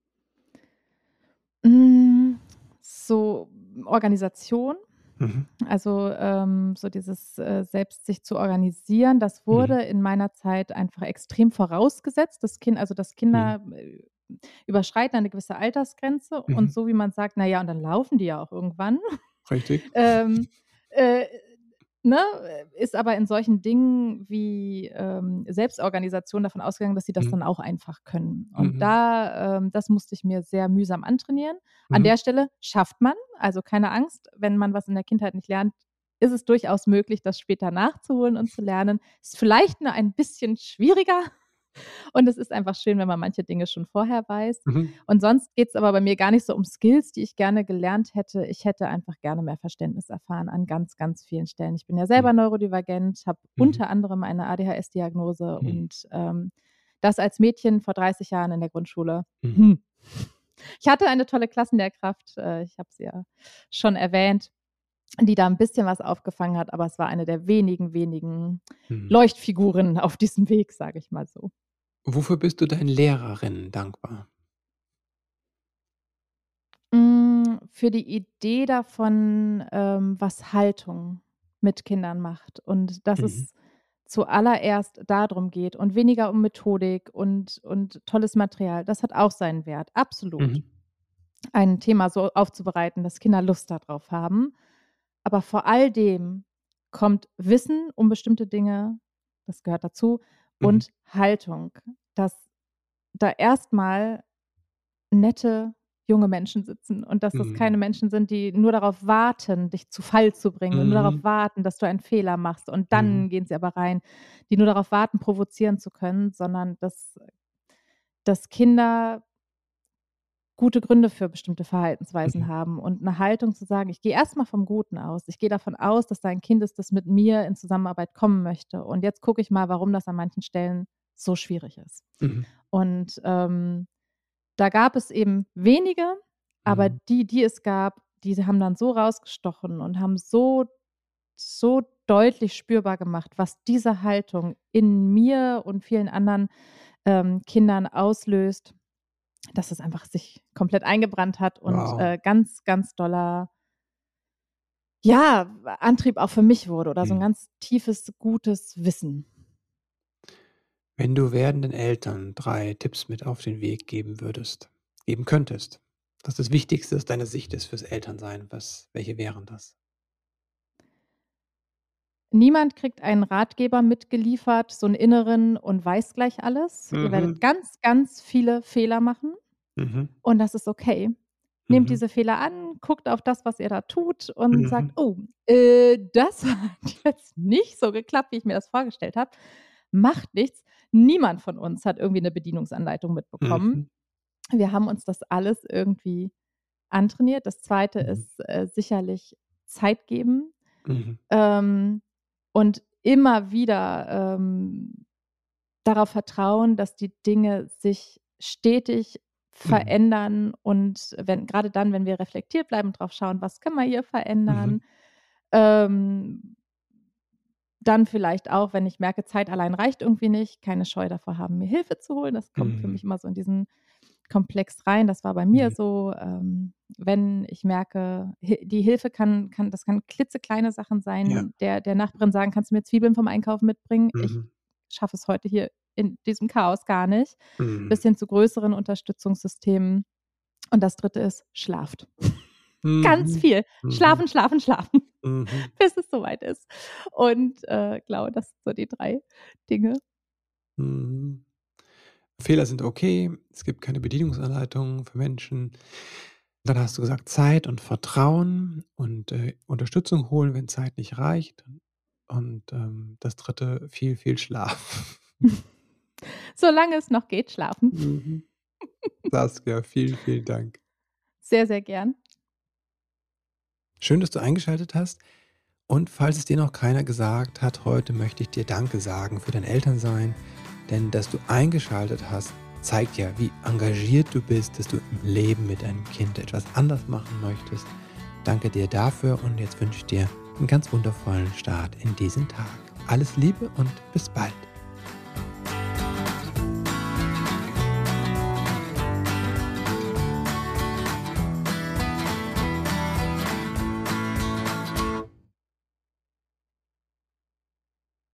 Hm, so Organisation, Mhm. also, so dieses, selbst sich zu organisieren, das Mhm. wurde in meiner Zeit einfach extrem vorausgesetzt. Dass Mhm. Kinder, überschreiten eine gewisse Altersgrenze und Mhm. so wie man sagt: „Na ja, und dann laufen die ja auch irgendwann.“ Richtig. Ähm, äh, ne, ist aber in solchen Dingen wie, Selbstorganisation davon ausgegangen, dass sie das Mhm. dann auch einfach können. Und Mhm. das musste ich mir sehr mühsam antrainieren. An Mhm. der Stelle schafft man, also keine Angst, wenn man was in der Kindheit nicht lernt, ist es durchaus möglich, das später nachzuholen und zu lernen. Ist vielleicht nur ein bisschen schwieriger, und es ist einfach schön, wenn man manche Dinge schon vorher weiß. Mhm. Und sonst geht's aber bei mir gar nicht so um Skills, die ich gerne gelernt hätte. Ich hätte einfach gerne mehr Verständnis erfahren an ganz, ganz vielen Stellen. Ich bin ja Mhm. selber neurodivergent, habe Mhm. unter anderem eine ADHS-Diagnose Mhm. und, das als Mädchen vor 30 Jahren in der Grundschule. Mhm. Hm. Ich hatte eine tolle Klassenlehrkraft, ich habe sie ja schon erwähnt, die da 'n bisschen was aufgefangen hat, aber es war eine der wenigen, wenigen Mhm. Leuchtfiguren auf diesem Weg, sage ich mal so. Wofür bist du deinen Lehrerinnen dankbar? Für die Idee davon, was Haltung mit Kindern macht und dass Mhm. es zuallererst dadrum geht und weniger um Methodik und tolles Material. Das hat auch seinen Wert, absolut. Mhm. Ein Thema so aufzubereiten, dass Kinder Lust da drauf haben. Aber vor all dem kommt Wissen um bestimmte Dinge, das gehört dazu, Mhm. und Haltung, dass da erst mal nette junge Menschen sitzen und dass das keine Mhm. Menschen sind, die nur darauf warten, dich zu Fall zu bringen und nur darauf Mhm. warten, dass du einen Fehler machst und Mhm. dann gehen sie aber rein, die nur darauf warten, provozieren zu können, sondern dass Kinder gute Gründe für bestimmte Verhaltensweisen Mhm. haben und 'ne Haltung zu sagen: „Ich gehe erst mal vom Guten aus. Ich gehe davon aus, dass da 'n Kind ist, das mit mir in Zusammenarbeit kommen möchte. Und jetzt gucke ich mal, warum das an manchen Stellen so schwierig ist.“ Mhm. Und, da gab es eben wenige, aber Mhm. die es gab, die haben dann so rausgestochen und haben so deutlich spürbar gemacht, was diese Haltung in mir und vielen anderen, Kindern auslöst, dass es einfach sich komplett eingebrannt hat und, Wow. ganz, ganz doller, ja, Antrieb auch für mich wurde oder so 'n Mhm. ganz tiefes, gutes Wissen. Wenn du werdenden Eltern 3 Tipps mit auf den Weg geben könntest, was das Wichtigste aus deiner Sicht ist fürs Elternsein, welche wären das? Niemand kriegt einen Ratgeber mitgeliefert, so 'n inneren und weiß gleich alles. Ihr werdet Mhm. ganz, ganz viele Fehler machen Mhm. und das ist okay. Nehmt Mhm. diese Fehler an, guckt auf das, was ihr da tut und sagt: Mhm. „Oh, das hat jetzt nicht so geklappt, wie ich mir das vorgestellt habe.“ Macht nichts. Niemand von uns hat irgendwie 'ne Bedienungsanleitung mitbekommen. Mhm. Wir haben uns das alles irgendwie antrainiert. Das Zweite Mhm. ist, sicherlich Zeit geben. Mhm. Ähm, und immer wieder, darauf vertrauen, dass die Dinge sich stetig Mhm. verändern und wenn grade dann, wenn wir reflektiert bleiben, drauf schauen: „Was können wir hier Mhm. verändern?“ Ähm, dann vielleicht auch, wenn ich merke, Zeit allein reicht irgendwie nicht, keine Scheu davor haben, mir Hilfe zu holen. Das kommt für Mhm. mich immer so in diesen Komplex rein. Das war bei mir Mhm. so, wenn ich merke, die Hilfe kann klitzekleine Sachen Ja. sein, der Nachbarin sagen: „Kannst du mir Zwiebeln vom Einkaufen mitbringen? Ich Mhm. schaffe es heute hier in diesem Chaos gar nicht“, Mhm. bis hin zu größeren Unterstützungssystemen. Und das Dritte ist, schlaft. Ganz Mhm. viel. Mhm. Schlafen, schlafen, schlafen, Mhm. bis es soweit ist. Und, glaube, das sind so die 3 Dinge. Mhm. Fehler sind okay. Es gibt keine Bedienungsanleitung für Menschen. Dann hast du gesagt, Zeit und Vertrauen und, Unterstützung holen, wenn Zeit nicht reicht. Und das dritte, viel, viel Schlaf. Solange es noch geht, schlafen. Mhm. Saskia, vielen, vielen Dank. Sehr, sehr gern. Schön, dass du eingeschaltet hast. Und falls es dir noch keiner gesagt hat, heute möchte ich dir Danke sagen für dein Elternsein. Denn dass du eingeschaltet hast, zeigt ja, wie engagiert du bist, dass du im Leben mit deinem Kind etwas anders machen möchtest. Danke dir dafür und jetzt wünsche ich dir einen ganz wundervollen Start in diesen Tag. Alles Liebe und bis bald.